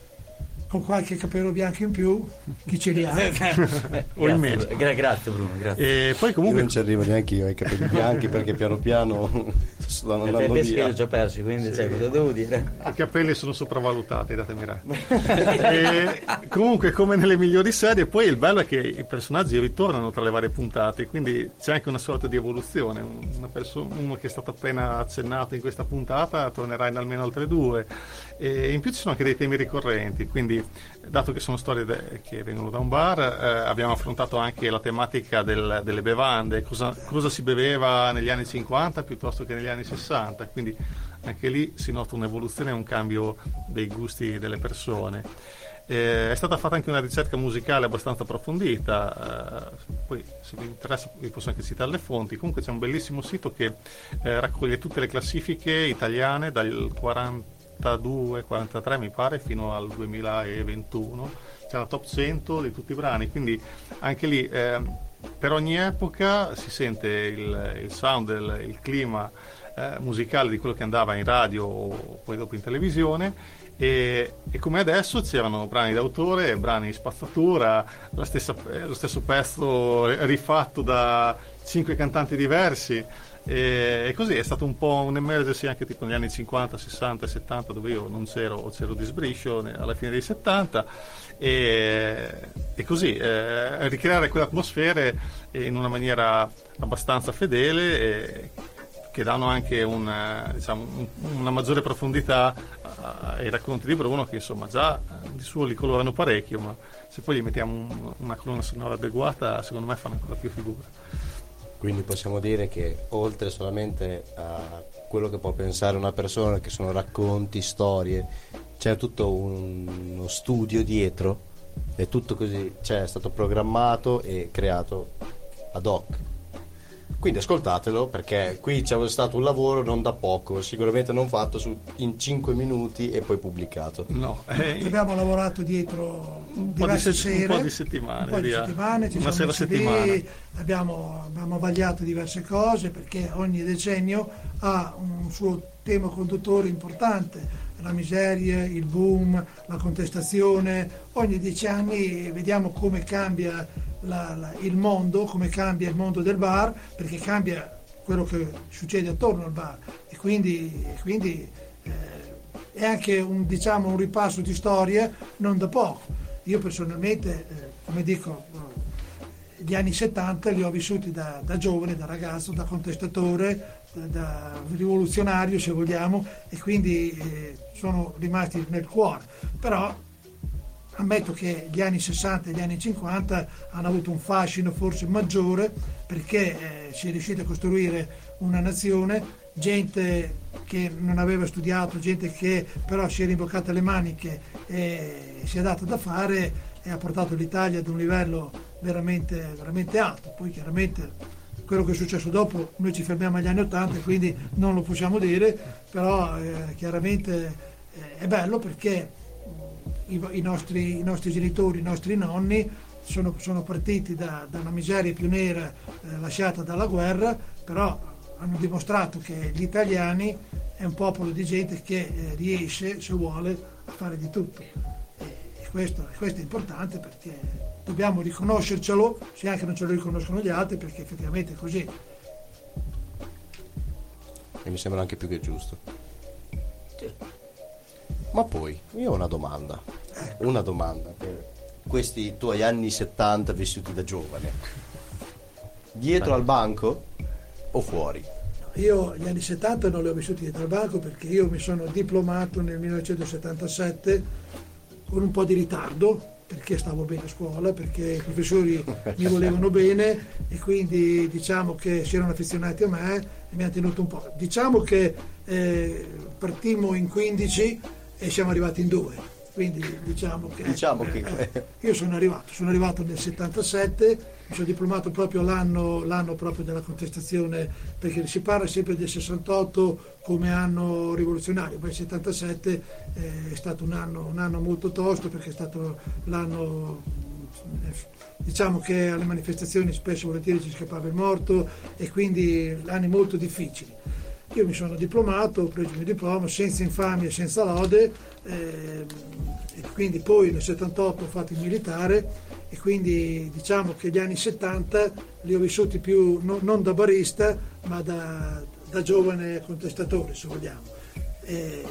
con qualche capello bianco in più, chi ce li ha o in meno. Gra- grazie Bruno, grazie. E poi comunque io non ci arrivo neanche io ai capelli bianchi perché piano piano stanno andando pensi che via. li ho già persi, quindi Sì. cioè, cosa devo dire? i capelli sono sopravvalutati, datemi retta. E comunque come nelle migliori serie, poi il bello è che i personaggi ritornano tra le varie puntate, quindi c'è anche una sorta di evoluzione. Una perso- uno che è stato appena accennato in questa puntata tornerà in almeno altre due, e in più ci sono anche dei temi ricorrenti, quindi dato che sono storie de- che vengono da un bar, eh, abbiamo affrontato anche la tematica del, delle bevande, cosa, cosa si beveva negli anni cinquanta piuttosto che negli anni sessanta, quindi anche lì si nota un'evoluzione e un cambio dei gusti delle persone. Eh, è stata fatta anche una ricerca musicale abbastanza approfondita, eh, poi se vi interessa vi posso anche citare le fonti. Comunque c'è un bellissimo sito che eh, raccoglie tutte le classifiche italiane dal quarantadue quarantatré mi pare fino al duemilaventuno, c'è la top cento di tutti i brani, quindi anche lì eh, per ogni epoca si sente il, il sound, il, il clima eh, musicale di quello che andava in radio o poi dopo in televisione. E, e come adesso c'erano brani d'autore e brani di spazzatura, la stessa, eh, lo stesso pezzo rifatto da cinque cantanti diversi, e, e così è stato un po' un emergersi anche tipo negli anni cinquanta, sessanta e settanta, dove io non c'ero o c'ero di sbriscio alla fine dei settanta, e, e così eh, ricreare quelle atmosfere in una maniera abbastanza fedele e, che danno anche una, diciamo, una maggiore profondità ai racconti di Bruno, che insomma già di suo li colorano parecchio, ma se poi gli mettiamo un, una colonna sonora adeguata secondo me fanno ancora più figura. Quindi possiamo dire che oltre solamente a quello che può pensare una persona, che sono racconti, storie, c'è tutto un, uno studio dietro, è tutto così, cioè è stato programmato e creato ad hoc. Quindi ascoltatelo, perché qui c'è stato un lavoro non da poco, sicuramente non fatto su, in cinque minuti e poi pubblicato. No, eh, abbiamo lavorato dietro un po' di, diverse se- sere, un po' di settimane, un po' di via. settimane, ci una siamo sera a messi settimana. lì, abbiamo, abbiamo vagliato diverse cose, perché ogni decennio ha un suo tema conduttore importante. la miseria, il boom, la contestazione. Ogni dieci anni vediamo come cambia la, la, il mondo, come cambia il mondo del bar, perché cambia quello che succede attorno al bar e quindi, quindi eh, è anche un, diciamo, un ripasso di storia non da poco. Io personalmente, eh, come dico, gli anni settanta li ho vissuti da, da giovane, da ragazzo, da contestatore, da, da rivoluzionario se vogliamo, e quindi eh, sono rimasti nel cuore. Però ammetto che gli anni sessanta e gli anni cinquanta hanno avuto un fascino forse maggiore, perché eh, si è riusciti a costruire una nazione, gente che non aveva studiato, gente che però si è rimboccata le maniche e si è data da fare e ha portato l'Italia ad un livello veramente, veramente alto. Poi chiaramente quello che è successo dopo noi ci fermiamo agli anni ottanta, quindi non lo possiamo dire, però eh, chiaramente eh, è bello perché i, i, nostri, i nostri genitori, i nostri nonni sono, sono partiti da, da una miseria più nera eh, lasciata dalla guerra, però hanno dimostrato che gli italiani è un popolo di gente che eh, riesce, se vuole, a fare di tutto. E questo, questo è importante perché dobbiamo riconoscercelo, se anche non ce lo riconoscono gli altri, perché effettivamente è così. E mi sembra anche più che giusto. Ma poi, io ho una domanda. Una domanda per questi tuoi anni settanta vissuti da giovane. Dietro al banco o fuori? Io gli anni settanta non li ho vissuti dietro al banco perché io mi sono diplomato nel millenovecentosettantasette con un po' di ritardo, perché stavo bene a scuola, perché i professori mi volevano bene e quindi diciamo che si erano affezionati a me e mi hanno tenuto un po'. Diciamo che eh, partimmo in quindici e siamo arrivati in due. Quindi diciamo che, diciamo che... Eh, io sono arrivato, sono arrivato nel settantasette, mi sono diplomato proprio l'anno, l'anno proprio della contestazione, perché si parla sempre del sessantotto come anno rivoluzionario, ma il settantasette eh, è stato un anno, un anno molto tosto, perché è stato l'anno, diciamo che alle manifestazioni spesso e volentieri ci scappava il morto e quindi anni molto difficili. Io mi sono diplomato, ho preso il mio diploma senza infamia e senza lode, eh, e quindi poi nel settantotto ho fatto il militare e quindi diciamo che gli anni settanta li ho vissuti più no, non da barista ma da, da giovane contestatore, se vogliamo. E,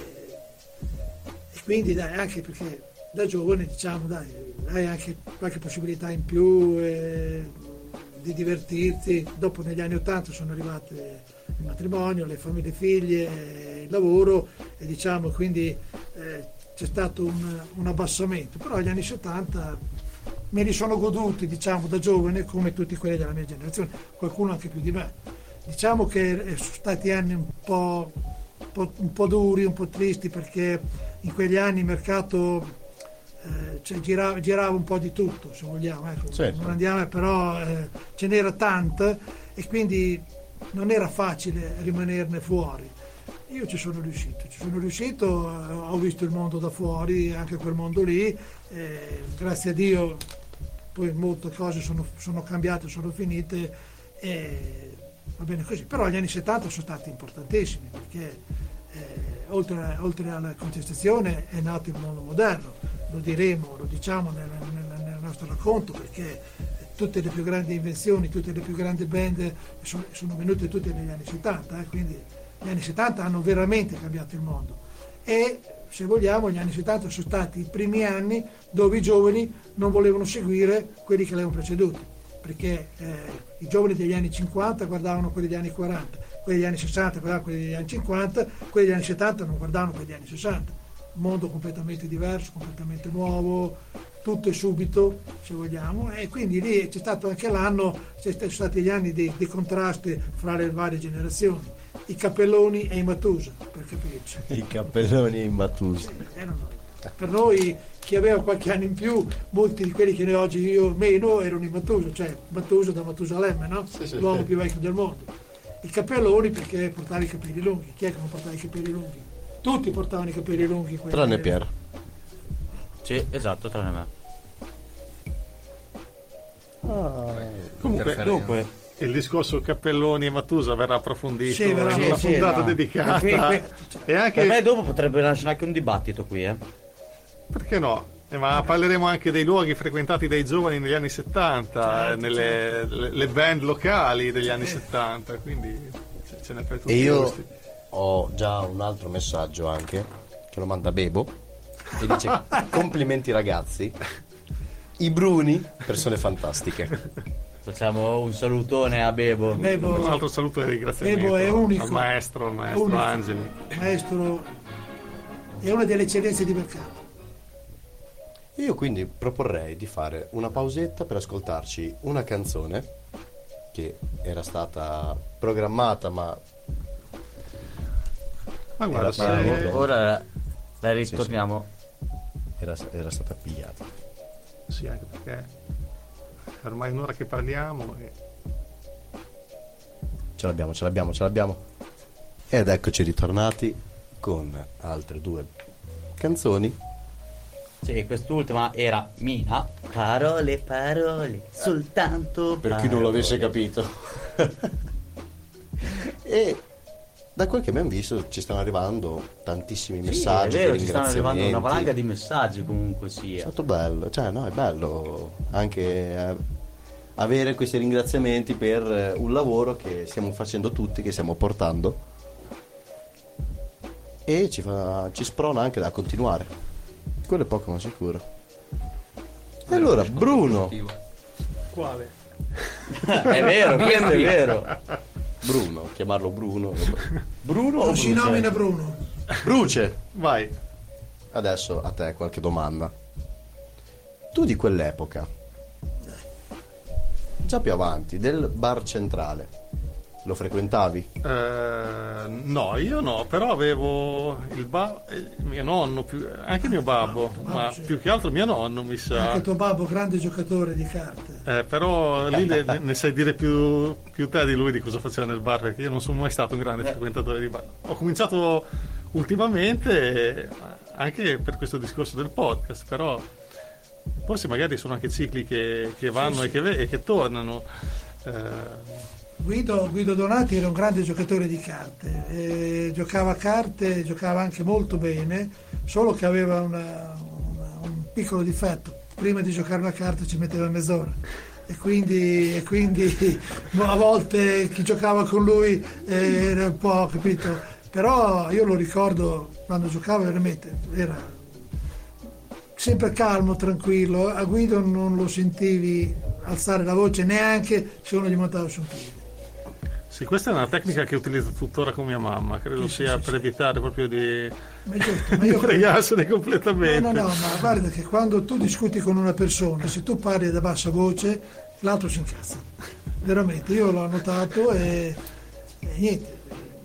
e quindi dai, anche perché da giovane diciamo dai, hai anche qualche possibilità in più eh, di divertirti. Dopo negli anni ottanta sono arrivate il matrimonio, le famiglie, figlie, il lavoro e diciamo quindi eh, c'è stato un, un abbassamento, però gli anni settanta me li sono goduti diciamo da giovane come tutti quelli della mia generazione, qualcuno anche più di me. Diciamo che sono stati anni un po', un po', un po' duri, un po' tristi, perché in quegli anni il mercato eh, cioè, girava, girava un po' di tutto, se vogliamo, ecco. Certo. Non andiamo, però eh, ce n'era tanta e quindi non era facile rimanerne fuori. Io ci sono riuscito, ci sono riuscito, ho visto il mondo da fuori, anche quel mondo lì, eh, grazie a Dio poi molte cose sono, sono cambiate, sono finite e va bene così. Però gli anni settanta sono stati importantissimi perché eh, oltre, oltre alla contestazione è nato il mondo moderno, lo diremo, lo diciamo nel, nel, nel nostro racconto, perché tutte le più grandi invenzioni, tutte le più grandi band sono, sono venute tutte negli anni settanta, eh, quindi gli anni settanta hanno veramente cambiato il mondo e se vogliamo gli anni settanta sono stati i primi anni dove i giovani non volevano seguire quelli che li avevano preceduti, perché eh, i giovani degli anni cinquanta guardavano quelli degli anni quaranta, quelli degli anni sessanta guardavano quelli degli anni cinquanta, quelli degli anni settanta non guardavano quelli degli anni sessanta. Un mondo completamente diverso, completamente nuovo, tutto e subito, se vogliamo, e quindi lì c'è stato anche l'anno, ci sono stati gli anni di, di contrasti fra le varie generazioni, i Cappelloni e i Matusa, per capirci. I Cappelloni e i Matusa. Erano, per noi, chi aveva qualche anno in più, molti di quelli che ne oggi io meno, erano i Matusa, cioè Matusa da Matusalemme, no? Sì, sì. L'uomo più vecchio del mondo. I Cappelloni perché portava i capelli lunghi, chi è che non portava i capelli lunghi? Tutti portavano i capelli lunghi. Tranne Pier. Sì, esatto, tranne me. Ah, Comunque, Interferenza. Dunque, il discorso Cappelloni e Mattusa verrà approfondito Sì, verrà in una Sì, sì, puntata no. dedicata. Qui- qui- E anche, Per me dopo potrebbe nascere anche un dibattito qui, eh. perché no? Eh, ma parleremo anche dei luoghi frequentati dai giovani negli anni settanta, Certo, nelle le, le band locali degli anni settanta, quindi ce- ce n'è per tutti E i io gusti. ho già un altro messaggio anche, che lo manda Bebo, e dice: complimenti ragazzi, i Bruni, persone fantastiche. Facciamo un salutone a Bebo. Un Bebo, altro saluto e ringraziamento Bebo è unico. al maestro, al maestro unico. Angeli. maestro, è una delle eccellenze di mercato. Io quindi proporrei di fare una pausetta per ascoltarci una canzone che era stata programmata, ma Ma guarda, Era se- bravo. Ora la ritorniamo. era, era stata pigliata. sì, anche perché è ormai un'ora che parliamo e Ce l'abbiamo, ce l'abbiamo, ce l'abbiamo. Ed eccoci ritornati con altre due canzoni. Sì, quest'ultima era Mina. Parole, parole, soltanto Per chi non l'avesse parole. capito. E da quel che abbiamo visto ci stanno arrivando tantissimi Sì, messaggi, è vero, di ci stanno arrivando una ringraziamenti. valanga di messaggi comunque È sia. stato bello, cioè no, è bello anche eh, avere questi ringraziamenti per eh, un lavoro che stiamo facendo tutti, che stiamo portando, e ci, fa, ci sprona anche da continuare. Quello è poco ma sicuro. E allora Bruno, quale? È vero, questo è vero. Bruno, chiamarlo Bruno. Bruno o Non si Bruce? nomina Bruno. Bruce, Vai. adesso a te qualche domanda. Tu di quell'epoca, già più avanti, del bar centrale, lo frequentavi? Eh, no, io no, però avevo il ba- eh, mio nonno, più- anche mio babbo, ma più che altro mio nonno mi sa. Anche tuo babbo, grande giocatore di carte. Eh, però lì ne, ne sai dire più, più te di lui di cosa faceva nel bar, perché io non sono mai stato un grande frequentatore di bar. Ho cominciato ultimamente eh, anche per questo discorso del podcast, però forse magari sono anche cicli che, che vanno Sì, sì. E, che, ve- e che tornano. Eh, Guido, Guido Donati era un grande giocatore di carte, eh, giocava a carte, giocava anche molto bene, solo che aveva una- una- un piccolo difetto: prima di giocare una carta ci metteva mezz'ora, e quindi, e quindi a volte chi giocava con lui eh, era un po', capito? Però io lo ricordo quando giocava, veramente era sempre calmo, tranquillo. A Guido non lo sentivi alzare la voce neanche se uno gli montava su un piede. Sì, questa è una tecnica che utilizzo tuttora con mia mamma, credo Sì, sia sì, per sì. evitare proprio di, Ma certo, ma di io fregarsene completamente. No, no, no, ma guarda che quando tu discuti con una persona, se tu parli da bassa voce, l'altro si incazza. Veramente, io l'ho notato e, e niente.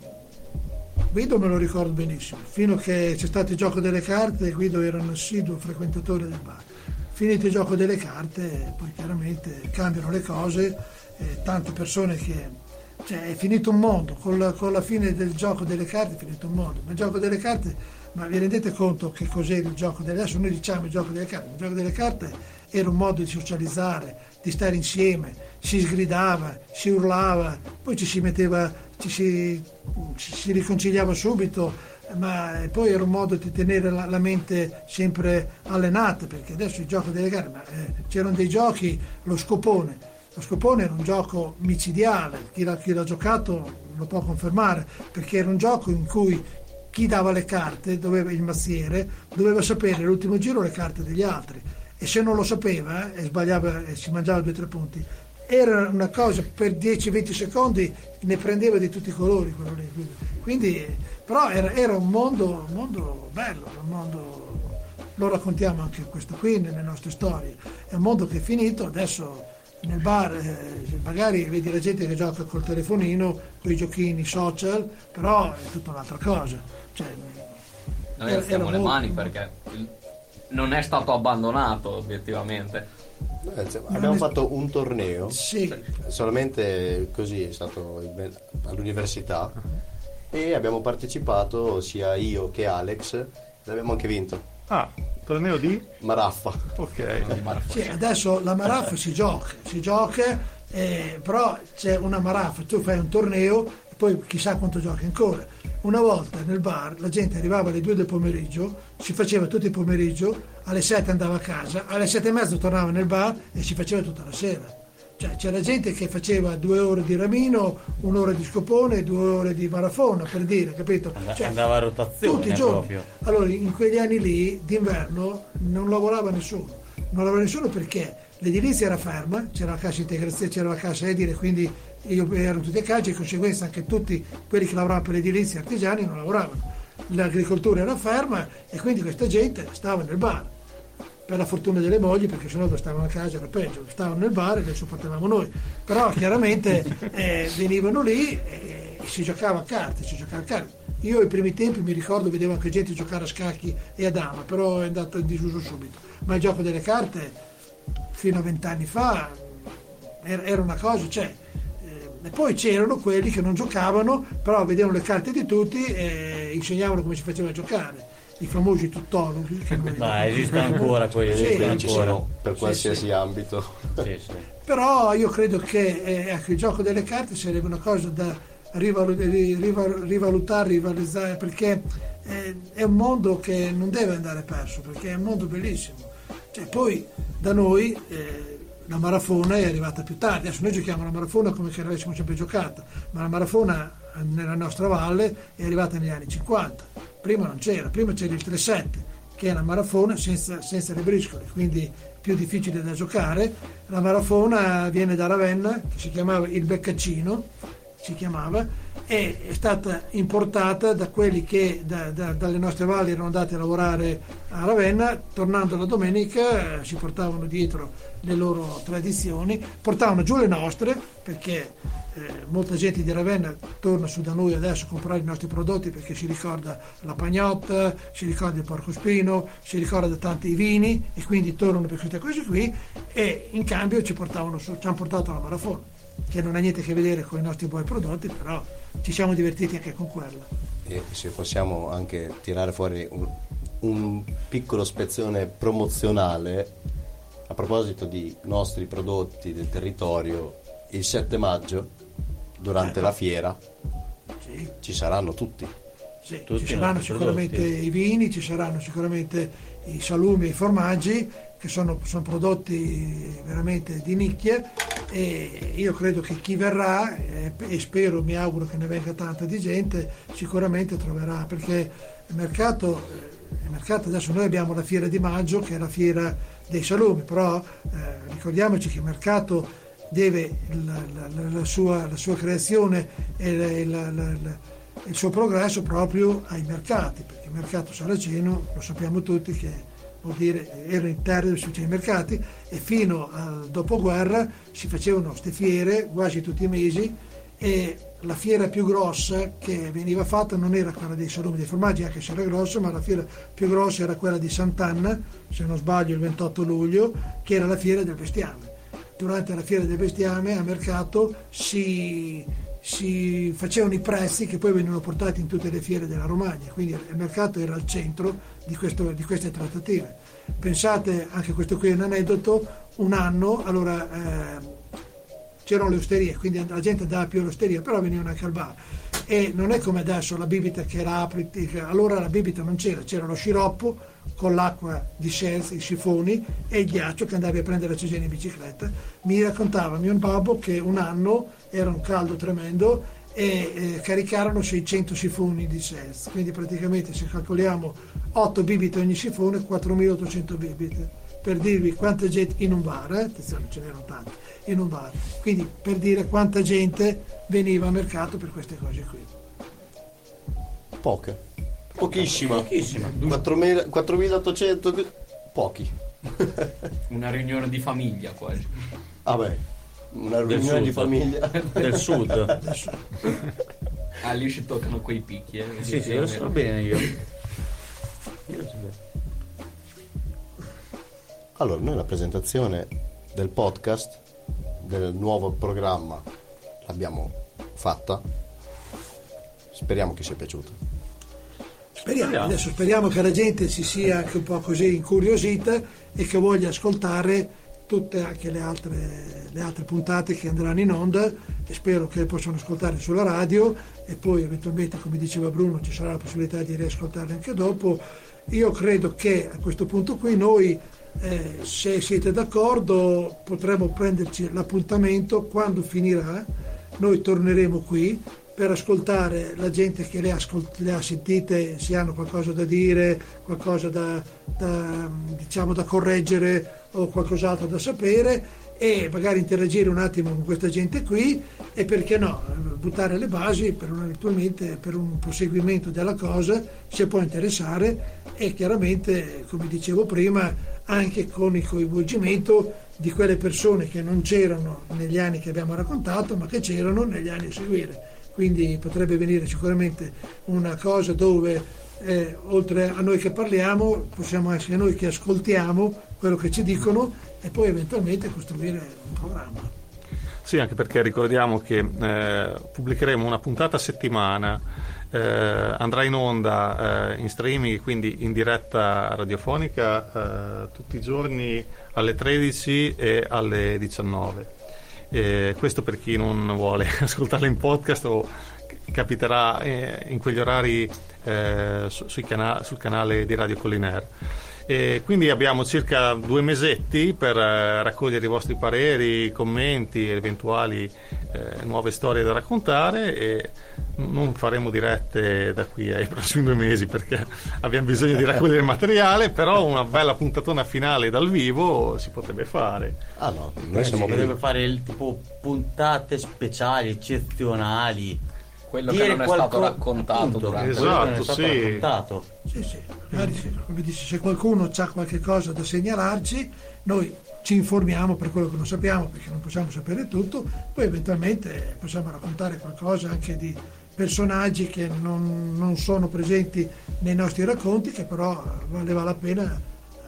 Guido me lo ricordo benissimo. Fino a che c'è stato il gioco delle carte, Guido era un assiduo frequentatore del bar. Finito il gioco delle carte, poi chiaramente cambiano le cose, eh, tante persone che... Cioè, è finito un mondo, con la, con la fine del gioco delle carte è finito un mondo. Ma il gioco delle carte, ma vi rendete conto che cos'era il gioco delle carte? Adesso noi diciamo il gioco delle carte, il gioco delle carte era un modo di socializzare, di stare insieme, si sgridava, si urlava, poi ci si metteva, ci si, ci si riconciliava subito, ma poi era un modo di tenere la, la mente sempre allenata, perché adesso il gioco delle carte, ma, eh, c'erano dei giochi, lo scopone. Lo scopone era un gioco micidiale, chi l'ha, chi l'ha giocato lo può confermare, perché era un gioco in cui chi dava le carte, doveva, il mazziere, doveva sapere l'ultimo giro le carte degli altri, e se non lo sapeva e sbagliava e si mangiava due o tre punti, era una cosa, per dieci venti secondi ne prendeva di tutti i colori quello lì. Quindi, però era, era un mondo, un mondo bello, un mondo, lo raccontiamo anche questo qui nelle nostre storie, è un mondo che è finito. Adesso nel bar eh, magari vedi la gente che gioca col telefonino, con i giochini social, però è tutta un'altra cosa. Cioè, Noi era- alziamo era le molto- mani perché il- non è stato abbandonato obiettivamente. Eh, insomma, abbiamo fatto un torneo, Sì, solamente così, è stato in- all'università, e abbiamo partecipato sia io che Alex, e abbiamo anche vinto. Ah, torneo di? Maraffa. Ok. sì, adesso la Maraffa si gioca, si gioca Eh, però c'è una maraffa, tu fai un torneo e poi chissà quanto giochi ancora. Una volta nel bar la gente arrivava alle due del pomeriggio, si faceva tutto il pomeriggio, alle sette andava a casa, alle sette e mezza tornava nel bar e si faceva tutta la sera. Cioè c'era gente che faceva due ore di ramino, un'ora di scopone, due ore di marafona, per dire, capito? Cioè, andava a rotazione tutti i giorni. proprio. Allora in quegli anni lì d'inverno non lavorava nessuno, non lavorava nessuno perché l'edilizia era ferma, c'era la cassa integrazione, c'era la cassa edile, quindi io erano tutti a calcio, di conseguenza anche tutti quelli che lavoravano per l'edilizia artigiani non lavoravano. L'agricoltura era ferma e quindi questa gente stava nel bar. Per la fortuna delle mogli, perché sennò stavano a casa era peggio, stavano nel bar e le sopportavamo noi. Però chiaramente eh, venivano lì e, e si giocava a carte, si giocava a carte. Io ai primi tempi mi ricordo vedevo anche gente giocare a scacchi e a dama, però è andato in disuso subito. Ma il gioco delle carte fino a vent'anni fa era, era una cosa, cioè, eh, e poi c'erano quelli che non giocavano, però vedevano le carte di tutti e insegnavano come si faceva a giocare. I famosi tuttologi. Ma esistono ancora quelli, sì, esistono Ci ancora. sono per Sì, qualsiasi sì. ambito. Sì, sì. Però io credo che eh, ecco, il gioco delle carte sarebbe una cosa da rivalu- rival- rivalutare, rivalizzare, perché eh, è un mondo che non deve andare perso, perché è un mondo bellissimo. Cioè, poi da noi eh, la marafona è arrivata più tardi, adesso noi giochiamo la marafona come se l'avessimo sempre giocata, ma la marafona nella nostra valle è arrivata negli anni cinquanta. Prima non c'era, prima c'era il tre sette, che è una marafona senza, senza le briscole, quindi più difficile da giocare. La marafona viene da Ravenna, che si chiamava il Beccaccino, si chiamava, e è stata importata da quelli che da, da, dalle nostre valli erano andati a lavorare a Ravenna, tornando la domenica eh, si portavano dietro le loro tradizioni, portavano giù le nostre, perché eh, molta gente di Ravenna torna su da noi adesso a comprare i nostri prodotti perché si ricorda la pagnotta, si ricorda il porcospino, si ricorda tanti vini e quindi tornano per queste cose qui, e in cambio ci portavano su, ci hanno portato la marafona, che non ha niente a che vedere con i nostri buoni prodotti, però ci siamo divertiti anche con quella. E se possiamo anche tirare fuori un, un piccolo spezzone promozionale a proposito di nostri prodotti del territorio, il sette maggio durante Eh. la fiera Sì. ci saranno tutti. Sì, Tutti ci i saranno nostri sicuramente prodotti. i vini, ci saranno sicuramente i salumi e i formaggi, che sono, sono prodotti veramente di nicchia, e io credo che chi verrà, eh, e spero, mi auguro che ne venga tanta di gente, sicuramente troverà, perché il mercato, eh, il mercato adesso noi abbiamo la fiera di maggio, che è la fiera dei salumi, però eh, ricordiamoci che il mercato deve la, la, la, sua, la sua creazione e la, la, la, il suo progresso proprio ai mercati, perché il mercato saraceno lo sappiamo tutti che vuol dire era in terra sui mercati, e fino al dopoguerra si facevano ste fiere quasi tutti i mesi, e la fiera più grossa che veniva fatta non era quella dei salumi dei formaggi, anche se era grossa, ma la fiera più grossa era quella di Sant'Anna, se non sbaglio il ventotto luglio, che era la fiera del bestiame. Durante la fiera del bestiame a mercato si, si facevano i prezzi che poi venivano portati in tutte le fiere della Romagna, quindi il mercato era al centro di, questo, di queste trattative. Pensate, anche questo qui è un aneddoto, un anno, allora eh, c'erano le osterie, quindi la gente andava più all'osteria, però venivano anche al bar, e non è come adesso la bibita che era apriti, allora la bibita non c'era, c'era lo sciroppo con l'acqua di Seltz, i sifoni e il ghiaccio che andavi a prendere a Cesena in bicicletta. Mi raccontava mio babbo che un anno era un caldo tremendo e eh, caricarono seicento sifoni di Seltz, quindi praticamente se calcoliamo otto bibite ogni sifone, quattromilaottocento bibite, per dirvi quanta gente in un bar, eh? attenzione, ce n'erano tanti in un bar, quindi per dire quanta gente veniva a mercato per queste cose qui. Poche. Pochissima. Pochissima. quattromila quattromilaottocento, pochi. Una riunione di famiglia quasi. Vabbè, una riunione di sud. famiglia. Del sud. Adesso Ah, lì ci toccano quei picchi, eh. Sì, sì, lo so bene io. Io lo so bene. Allora, noi la presentazione del podcast, del nuovo programma, l'abbiamo fatta. Speriamo che sia piaciuta. speriamo, Speriamo. adesso speriamo che la gente si sia anche un po' così incuriosita e che voglia ascoltare tutte anche le altre, le altre puntate che andranno in onda e spero che possano ascoltare sulla radio e poi eventualmente, come diceva Bruno, ci sarà la possibilità di riascoltarle anche dopo. Io credo che a questo punto qui noi, eh, se siete d'accordo, potremo prenderci l'appuntamento quando finirà. Noi torneremo qui per ascoltare la gente che le ha, ascolt- le ha sentite, se hanno qualcosa da dire, qualcosa da, da, diciamo, da correggere o qualcos'altro da sapere, e magari interagire un attimo con questa gente qui e, perché no, buttare le basi per un, eventualmente per un proseguimento della cosa, se può interessare, e chiaramente, come dicevo prima, anche con il coinvolgimento di quelle persone che non c'erano negli anni che abbiamo raccontato, ma che c'erano negli anni a seguire. Quindi potrebbe venire sicuramente una cosa dove, eh, oltre a noi che parliamo, possiamo essere noi che ascoltiamo quello che ci dicono e poi eventualmente costruire un programma. Sì, anche perché ricordiamo che eh, pubblicheremo una puntata a settimana, eh, andrà in onda eh, in streaming, quindi in diretta radiofonica eh, tutti i giorni alle tredici e alle diciannove. Eh, questo per chi non vuole ascoltarla in podcast o capiterà eh, in quegli orari eh, su, sui cana- sul canale di Radio Collinaire. E quindi abbiamo circa due mesetti per eh, raccogliere i vostri pareri, commenti, eventuali eh, nuove storie da raccontare, e non faremo dirette da qui ai prossimi due mesi perché abbiamo bisogno di raccogliere materiale, però una bella puntatona finale dal vivo si potrebbe fare. Ah no, noi siamo si potrebbe fare il tipo puntate speciali, eccezionali. Quello Dire che non è qualco- stato raccontato appunto, durante quello che non è Esatto, stato sì. raccontato. Sì, sì, magari sì, come dici, se qualcuno ha qualche cosa da segnalarci, noi ci informiamo per quello che non sappiamo, perché non possiamo sapere tutto, poi eventualmente possiamo raccontare qualcosa anche di personaggi che non, non sono presenti nei nostri racconti, che però valeva la pena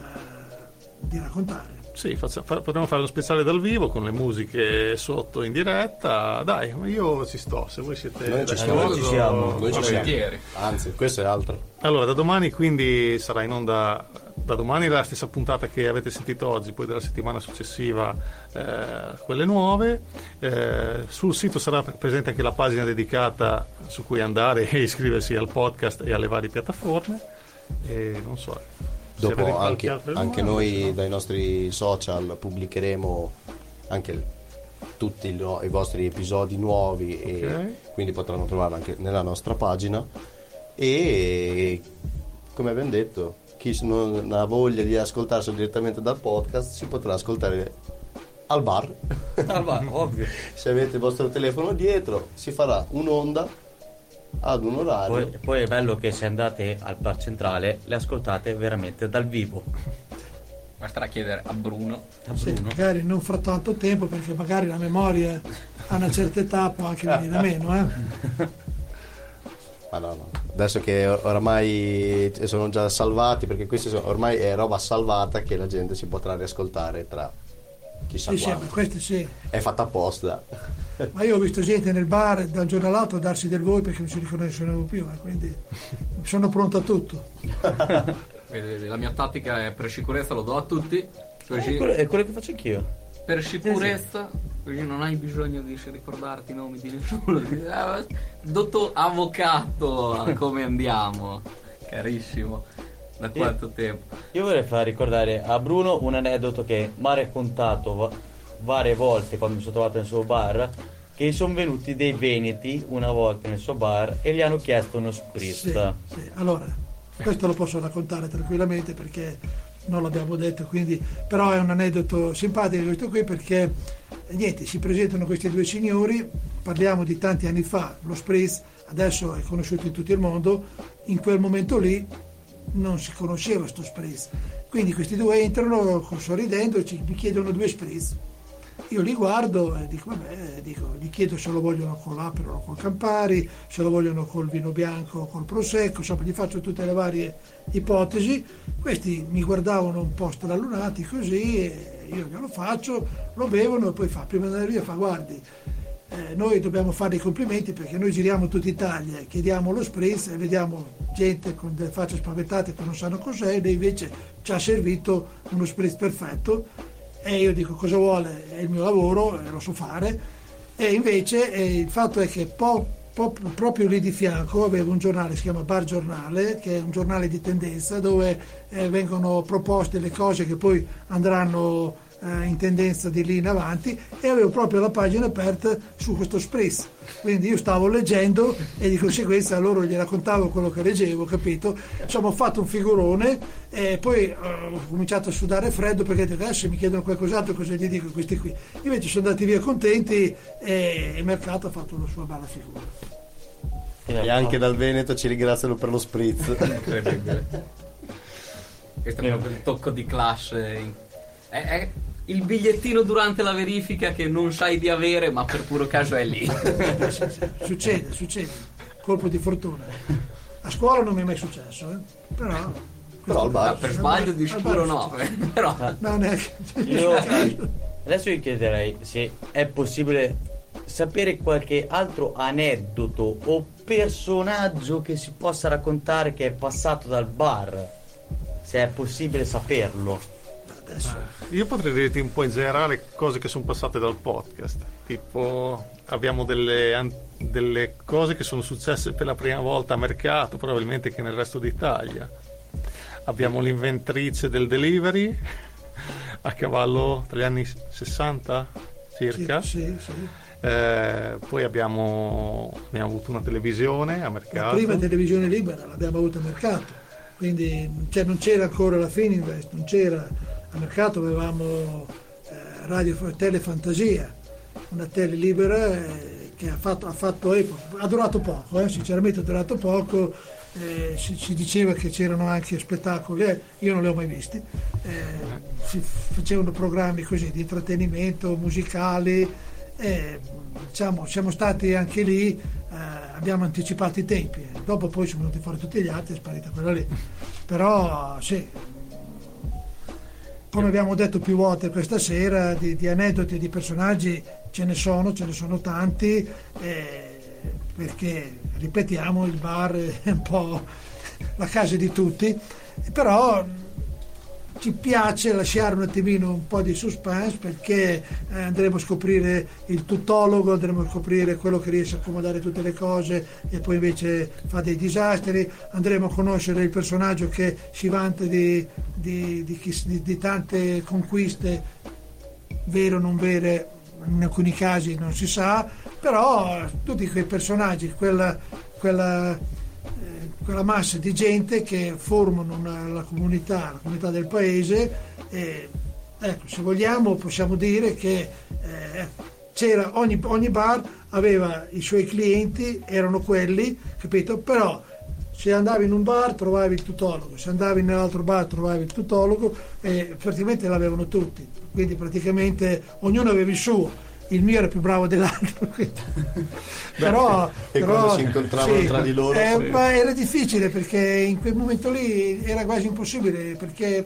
eh, di raccontare. Sì, faccia- fa- potremmo fare uno speciale dal vivo con le musiche sotto in diretta. Dai, io ci sto, se voi siete Noi ci d'accordo, siamo, ci siamo. Noi ci siamo. volentieri. Anzi, questo è altro. Allora, da domani quindi sarà in onda, da domani la stessa puntata che avete sentito oggi, poi della settimana successiva eh, quelle nuove. Eh, sul sito sarà presente anche la pagina dedicata su cui andare e iscriversi al podcast e alle varie piattaforme. E non so. se avete Dopo qualche anche, altra anche domanda, noi no? dai nostri social pubblicheremo anche il- tutti i, no- i vostri episodi nuovi, Ok. e quindi potranno trovarlo anche nella nostra pagina. E come abbiamo detto, chi non ha voglia di ascoltarselo direttamente dal podcast si potrà ascoltare al bar. Ah, va, ovvio. Se avete il vostro telefono dietro, si farà un'onda ad un orario. Poi, poi è bello che se andate al bar centrale le ascoltate veramente dal vivo. Basterà chiedere a Bruno. A Sì, Bruno. magari non fra tanto tempo, perché magari la memoria a una certa età può anche venire meno. Eh? Ma no, no. Adesso che or- oramai sono già salvati, perché questi sono, ormai è roba salvata che la gente si potrà riascoltare tra chissà Sì, sì, ma quando. questi sì. È fatta apposta. Ma io ho visto gente nel bar da un giorno all'altro darsi del voi perché non si riconoscevano più, eh, quindi sono pronto a tutto. Vedi, vedi, la mia tattica è per sicurezza lo do a tutti. È Così, quello, è quello che faccio anch'io. per sicurezza, così non hai bisogno di ricordarti i nomi di nessuno. Eh, Dottor Avvocato, come andiamo? Carissimo, da quanto tempo? Io vorrei far ricordare a Bruno un aneddoto che mi ha raccontato va- varie volte quando mi sono trovato nel suo bar, che sono venuti dei veneti una volta nel suo bar e gli hanno chiesto uno spritz. Sì, sì. Allora, questo lo posso raccontare tranquillamente perché non l'abbiamo detto, quindi, però è un aneddoto simpatico questo qui, perché eh, niente, si presentano questi due signori, parliamo di tanti anni fa, lo spritz adesso è conosciuto in tutto il mondo, in quel momento lì non si conosceva sto spritz, quindi questi due entrano sorridendo, ci, mi chiedono due spritz. Io li guardo e dico, vabbè, dico, gli chiedo se lo vogliono con l'Aperol o col Campari, se lo vogliono col vino bianco o col Prosecco, insomma gli faccio tutte le varie ipotesi. Questi mi guardavano un po' stralunati così, e io glielo faccio, lo bevono e poi fa, prima di andare via fa, guardi, eh, noi dobbiamo fare i complimenti perché noi giriamo tutta Italia, chiediamo lo spritz e vediamo gente con delle facce spaventate che non sanno cos'è, e lei invece ci ha servito uno spritz perfetto. e io dico cosa vuole, è il mio lavoro, lo so fare, e invece eh, il fatto è che po- po- proprio lì di fianco avevo un giornale, si chiama Bar Giornale, che è un giornale di tendenza dove eh, vengono proposte le cose che poi andranno in tendenza di lì in avanti, e avevo proprio la pagina aperta su questo spritz, quindi io stavo leggendo e di conseguenza loro gli raccontavo quello che leggevo, capito? Insomma, ho fatto un figurone e poi uh, ho cominciato a sudare freddo perché adesso mi chiedono qualcos'altro, cosa gli dico a questi qui. Invece sono andati via contenti e il mercato ha fatto la sua bella figura. E anche dal Veneto ci ringraziano per lo spritz. Incredibile. Questo è proprio il tocco di Clash. In... È, è il bigliettino durante la verifica che non sai di avere, ma per puro caso è lì. Succede, succede. Colpo di fortuna. A scuola non mi è mai successo, eh? Però... Però al bar. Ah, per sbaglio di sicuro no. Però... No, neanche. Io adesso vi chiederei se è possibile sapere qualche altro aneddoto o personaggio che si possa raccontare che è passato dal bar, se è possibile saperlo. Io potrei dirti un po' in generale cose che sono passate dal podcast, tipo abbiamo delle, an- delle cose che sono successe per la prima volta a mercato, probabilmente che nel resto d'Italia. Abbiamo l'inventrice del delivery a cavallo tra gli anni sessanta circa. Sì, sì, sì. Eh, poi abbiamo, abbiamo avuto una televisione a mercato. La prima televisione libera l'abbiamo avuta a mercato, quindi cioè, non c'era ancora la Fininvest, non c'era. A mercato avevamo eh, Radio Telefantasia, una tele libera eh, che ha fatto, ha fatto epoca, ha durato poco, eh, sinceramente ha durato poco, eh, si, si diceva che c'erano anche spettacoli, eh, io non li ho mai visti, eh, si facevano programmi così di intrattenimento, musicali, eh, diciamo, siamo stati anche lì, eh, abbiamo anticipato i tempi, dopo poi sono venuti fuori tutti gli altri, è sparita quella lì, però sì. Come abbiamo detto più volte questa sera, di, di aneddoti e di personaggi ce ne sono, ce ne sono tanti, eh, perché, ripetiamo, il bar è un po' la casa di tutti, però ci piace lasciare un attimino un po' di suspense, perché eh, andremo a scoprire il tuttologo, andremo a scoprire quello che riesce a accomodare tutte le cose e poi invece fa dei disastri, andremo a conoscere il personaggio che si vanta di, di, di, di, di tante conquiste, vere o non vere, in alcuni casi non si sa, però tutti quei personaggi, quella, quella quella massa di gente che formano una, la comunità, la comunità del paese, e, ecco, se vogliamo possiamo dire che eh, c'era ogni, ogni bar aveva i suoi clienti, erano quelli, capito? Però se andavi in un bar trovavi il tutologo, se andavi nell'altro bar trovavi il tutologo, e praticamente l'avevano tutti, quindi praticamente ognuno aveva il suo. Il mio era più bravo dell'altro. però, e però quando si incontravano sì, tra di loro eh, sì. Ma era difficile, perché in quel momento lì era quasi impossibile, perché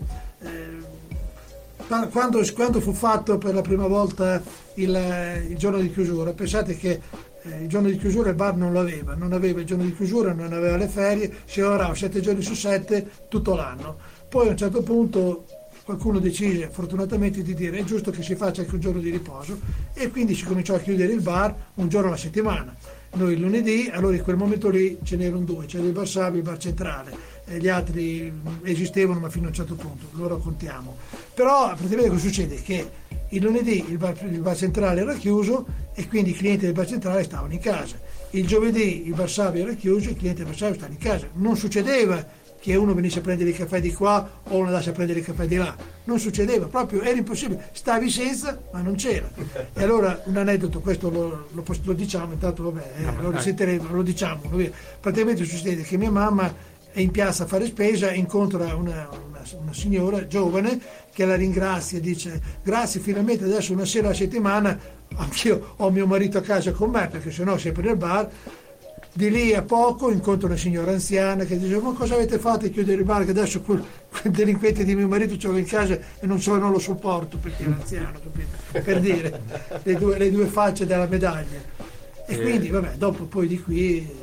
eh, quando, quando fu fatto per la prima volta il, il giorno di chiusura, pensate che eh, il giorno di chiusura il bar non lo aveva, non aveva il giorno di chiusura, non aveva le ferie, si lavorava sette giorni su sette tutto l'anno. Poi a un certo punto qualcuno decise fortunatamente di dire è giusto che si faccia anche un giorno di riposo, e quindi si cominciò a chiudere il bar un giorno alla settimana. Noi il lunedì, allora in quel momento lì ce n'erano due, c'era il bar Sabio e il bar Centrale, e gli altri esistevano ma fino a un certo punto, lo raccontiamo. Però praticamente cosa succede? Che il lunedì il bar, il bar Centrale era chiuso e quindi i clienti del bar Centrale stavano in casa, il giovedì il bar Sabio era chiuso e i clienti del bar Sabio stavano in casa. Non succedeva che uno venisse a prendere il caffè di qua o uno andasse a prendere il caffè di là, non succedeva, proprio era impossibile, stavi senza ma non c'era. E allora un aneddoto, questo lo, lo, lo diciamo, intanto vabbè, eh, lo risentiremo, lo diciamo, praticamente succede che mia mamma è in piazza a fare spesa e incontra una, una, una signora giovane che la ringrazia, dice grazie, finalmente adesso una sera alla settimana anch'io ho mio marito a casa con me, perché sennò sempre nel bar. Di lì a poco incontro una signora anziana che dice ma cosa avete fatto a chiudere il bar, che adesso quel, quel delinquente di mio marito ce l'ho in casa e non, so, non lo sopporto perché è anziano, capito? Per dire le due, le due facce della medaglia. E quindi vabbè, dopo poi di qui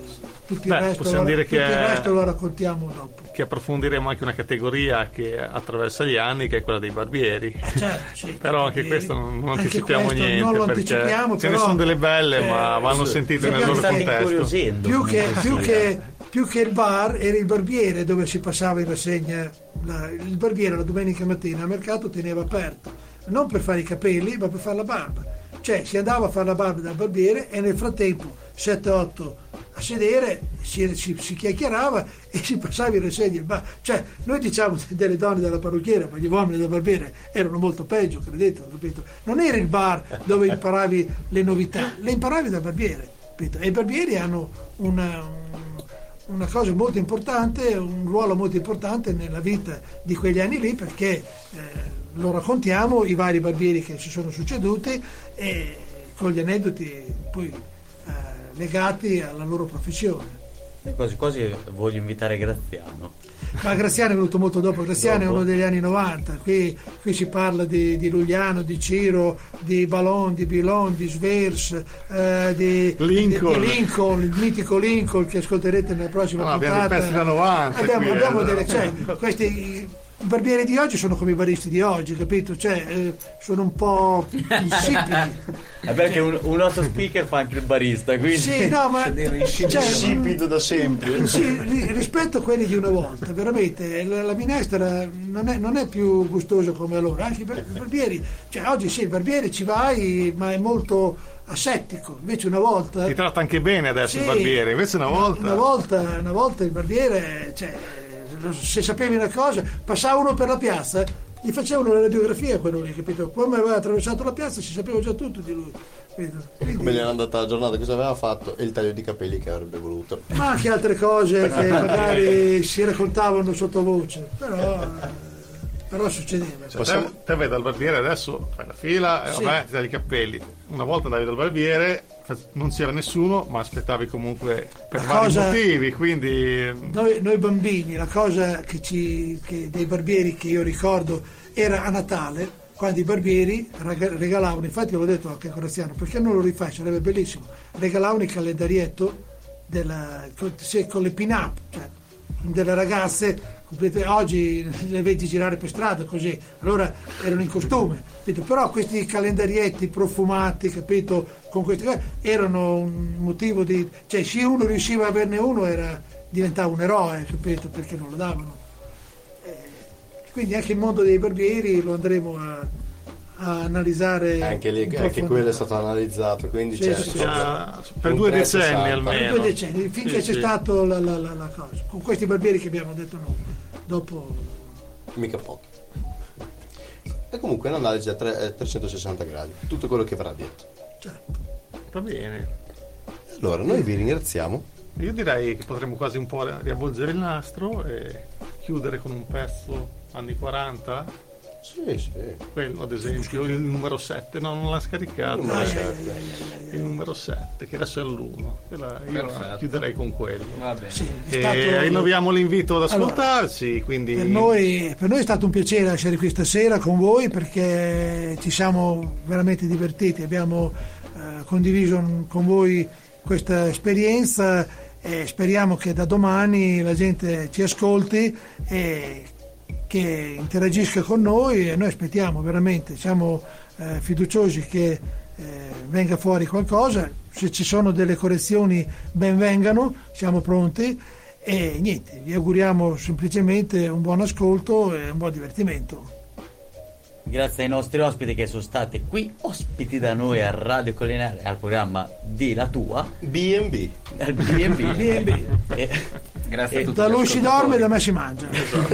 tutto Beh, il resto, possiamo lo, dire tutto che- il resto lo raccontiamo dopo. Che approfondiremo anche una categoria che attraversa gli anni, che è quella dei barbieri. Certo, sì, Però anche perché- questo non, non anche anticipiamo questo niente, non lo perché anticipiamo, ce ne però, sono delle belle, eh, ma vanno sì. sentite Sì, nel abbiamo loro stati contesto. incuriosendo. più che, comunque più, sia. che, più che il bar era il barbiere dove si passava in rassegna. La- il barbiere la domenica mattina al mercato teneva aperto, non per fare i capelli ma per fare la barba, cioè si andava a fare la barba dal barbiere e nel frattempo sette otto a sedere si, si, si chiacchierava e si passava in rassegna il bar. Cioè noi diciamo delle donne della parrucchiera, ma gli uomini del barbiere erano molto peggio, credete, capito? Non era il bar dove imparavi le novità, le imparavi dal barbiere, capito? E i barbieri hanno una, un- una cosa molto importante, un ruolo molto importante nella vita di quegli anni lì, perché eh, lo raccontiamo, i vari barbieri che si sono succeduti e con gli aneddoti poi eh, legati alla loro professione. E quasi quasi voglio invitare Graziano. Ma Graziano è venuto molto dopo, Graziano Dopo? è uno degli anni novanta, qui, qui si parla di, di Lugliano, di Ciro, di Ballon, di Bilon, di Svers, eh, di, Lincoln. di Lincoln, il mitico Lincoln che ascolterete nella prossima No, abbiamo puntata. i pezzi da novanta Abbiamo, qui, abbiamo eh. delle, cioè, questi, i barbieri di oggi sono come i baristi di oggi, capito? Cioè, eh, sono un po' insipidi. È perché un, un nostro speaker fa anche il barista, quindi Sì, no, ma cioè, Insipido da sempre. sì, ri- rispetto a quelli di una volta, veramente la, la minestra non è, non è più gustosa come allora, anche per i barbieri, cioè oggi sì, il barbiere ci vai, ma è molto asettico, invece una volta Ti tratta anche bene adesso il Sì, barbiere, invece una volta... una volta, una volta il barbiere, cioè, se sapevi una cosa, passava uno per la piazza, gli facevano la radiografia a quello lì, capito? Come aveva attraversato la piazza si sapeva già tutto di lui. capito? Quindi- Come gli era andata la giornata, cosa aveva fatto e il taglio di capelli che avrebbe voluto. ma anche altre cose che magari si raccontavano sottovoce, però, però succedeva. Cioè, te, te vai dal barbiere adesso, fai la fila e Sì. vabbè, ti dai i capelli. Una volta andavi dal barbiere, fa- non c'era nessuno, ma aspettavi comunque per La vari cosa- motivi, quindi Noi, noi bambini, la cosa che ci, che dei barbieri che io ricordo era a Natale, quando i barbieri raga- regalavano, infatti l'ho detto anche a Graziano, perché non lo rifai, sarebbe bellissimo, regalavano il calendarietto della, con, sì, con le pin-up, cioè delle ragazze, complete- oggi le vedi girare per strada così, allora erano in costume, capito? Però questi calendarietti profumati, capito, con queste cose, erano un motivo di, cioè se uno riusciva a averne uno era, diventava un eroe, capito, perché non lo davano. Eh, quindi anche il mondo dei barbieri lo andremo a, a analizzare Anche, lì, in anche profondità. quello è stato analizzato, quindi Sì, c'è sì, sì. già per un due trecentosessanta. decenni Per almeno. due decenni, finché Sì, c'è sì. stato la, la, la, la cosa, con questi barbieri che abbiamo detto noi, dopo mica poco. E comunque è un'analisi a tre- eh, trecentosessanta gradi, tutto quello che verrà detto. certo. Va bene. Allora, noi vi ringraziamo. Io direi che potremmo quasi un po' riavvolgere il nastro e chiudere con un pezzo anni quaranta. Sì, sì. Quello ad esempio, il numero sette, no, non l'ha scaricato. Numero eh, sette. Il numero sette, che adesso è l'uno. Quella- Io Perfetto. chiuderei con quello. Va bene. Sì, è E stato- rinnoviamo l'invito ad ascoltarci, quindi Per noi, per noi è stato un piacere essere qui stasera con voi perché ci siamo veramente divertiti, abbiamo eh, condiviso un- con voi questa esperienza e speriamo che da domani la gente ci ascolti e che interagisca con noi e noi aspettiamo veramente, siamo eh, fiduciosi che eh, venga fuori qualcosa, se ci sono delle correzioni ben vengano, siamo pronti. E niente, vi auguriamo semplicemente un buon ascolto e un buon divertimento. grazie ai nostri ospiti che sono stati qui ospiti da noi a Radio Collinare al programma di La Tua, B and B. al B and B. B and B. E- Grazie a e- tutti. Da gli lui si ascoltatori. dorme e da me si mangia.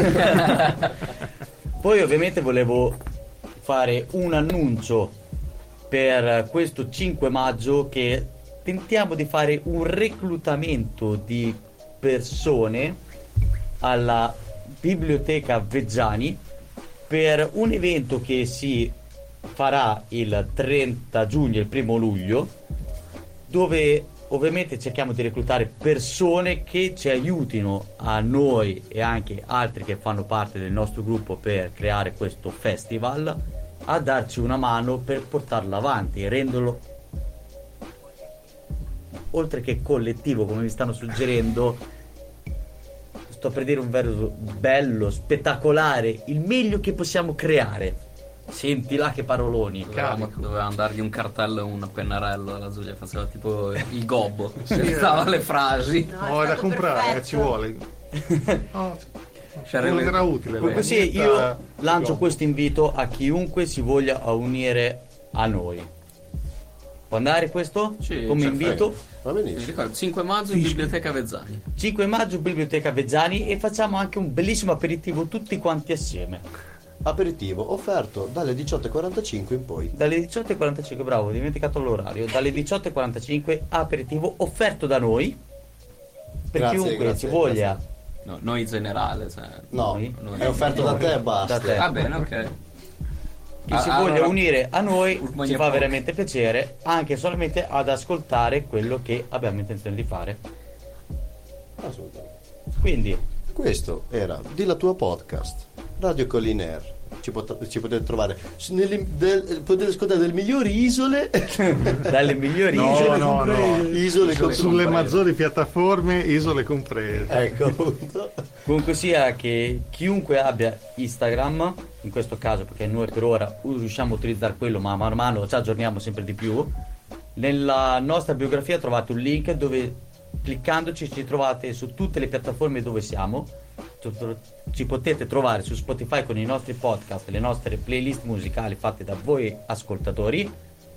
Poi ovviamente volevo fare un annuncio per questo cinque maggio che tentiamo di fare un reclutamento di persone alla Biblioteca Veggiani per un evento che si farà il trenta giugno e il primo luglio, dove ovviamente cerchiamo di reclutare persone che ci aiutino a noi e anche altri che fanno parte del nostro gruppo per creare questo festival a darci una mano per portarlo avanti e renderlo oltre che collettivo come mi stanno suggerendo, sto per dire un verso bello, spettacolare, il meglio che possiamo creare. Senti là che paroloni. Dovevamo, dovevamo dargli un cartello e un pennarello alla Giulia, faceva tipo il gobbo, stava le frasi. No, è da comprare, eh, ci vuole. No, C'era non il- era utile. Comunque lei. sì, io Eh, lancio no. questo invito a chiunque si voglia a unire a noi. Può andare questo? Sì, come perfetto. invito? Va Mi benissimo. ricordo, cinque maggio in biblioteca Vezzani. cinque maggio Biblioteca Vezzani e facciamo anche un bellissimo aperitivo tutti quanti assieme. Aperitivo offerto dalle diciotto e quarantacinque in poi. Dalle diciotto e quarantacinque, bravo, ho dimenticato l'orario. Dalle diciotto e quarantacinque aperitivo offerto da noi. Per Grazie, chiunque grazie, si voglia. No, noi in generale, cioè. No, Noi? è offerto da te e basta. Da te. Va bene, ok. Chi si Ah, voglia allora- unire a noi Urmagna ci fa poco. veramente piacere, anche solamente ad ascoltare quello che abbiamo intenzione di fare. Assolutamente. Quindi, Questo era Di la tua podcast, Radio Collinaire. Ci, pot- ci potete trovare su- nelle, del- potete ascoltare delle migliori isole. dalle migliori No, isole. no, no. Isole con- Sulle comprese. maggiori piattaforme, isole comprese. Ecco appunto. Comunque sia che chiunque abbia Instagram, in questo caso perché noi per ora riusciamo a utilizzare quello, ma man mano ci aggiorniamo sempre di più, nella nostra biografia trovate un link dove cliccandoci ci trovate su tutte le piattaforme dove siamo. Ci potete trovare su Spotify con i nostri podcast, le nostre playlist musicali fatte da voi ascoltatori,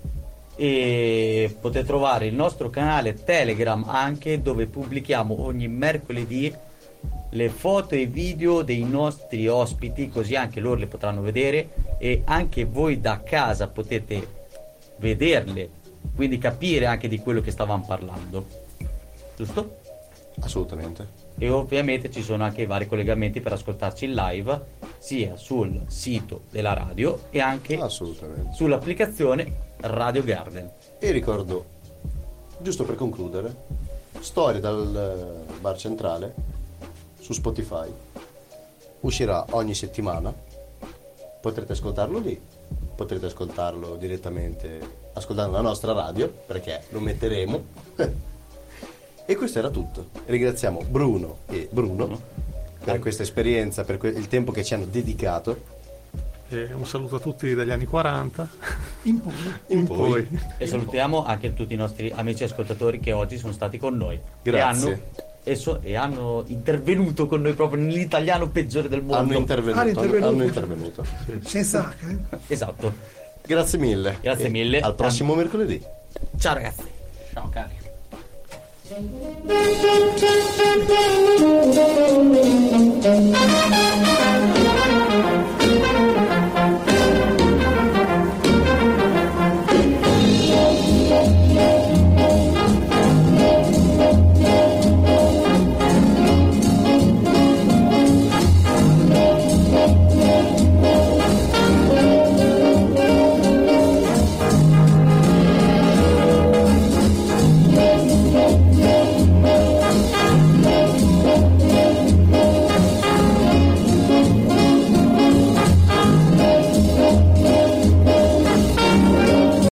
e potete trovare il nostro canale Telegram anche, dove pubblichiamo ogni mercoledì le foto e i video dei nostri ospiti, così anche loro le potranno vedere e anche voi da casa potete vederle, quindi capire anche di quello che stavamo parlando, giusto? Assolutamente. E ovviamente ci sono anche i vari collegamenti per ascoltarci in live sia sul sito della radio e anche Assolutamente. sull'applicazione Radio Garden. E ricordo, giusto per concludere, Storie dal eh, bar centrale su Spotify. Uscirà ogni settimana. Potrete ascoltarlo lì. Potrete ascoltarlo direttamente ascoltando la nostra radio, perché lo metteremo. E questo era tutto. Ringraziamo Bruno e Bruno per questa esperienza, per que- il tempo che ci hanno dedicato. E un saluto a tutti dagli anni quaranta. In poi. In Poi. E salutiamo anche tutti i nostri amici ascoltatori che oggi sono stati con noi. Grazie. E hanno, e so- e hanno intervenuto con noi proprio nell'italiano peggiore del mondo. Hanno intervenuto. Hanno intervenuto. Hanno intervenuto. Senza H, eh? Esatto. Grazie mille. Grazie E mille. Al prossimo mercoledì. Ciao ragazzi. Ciao cari. Thank you.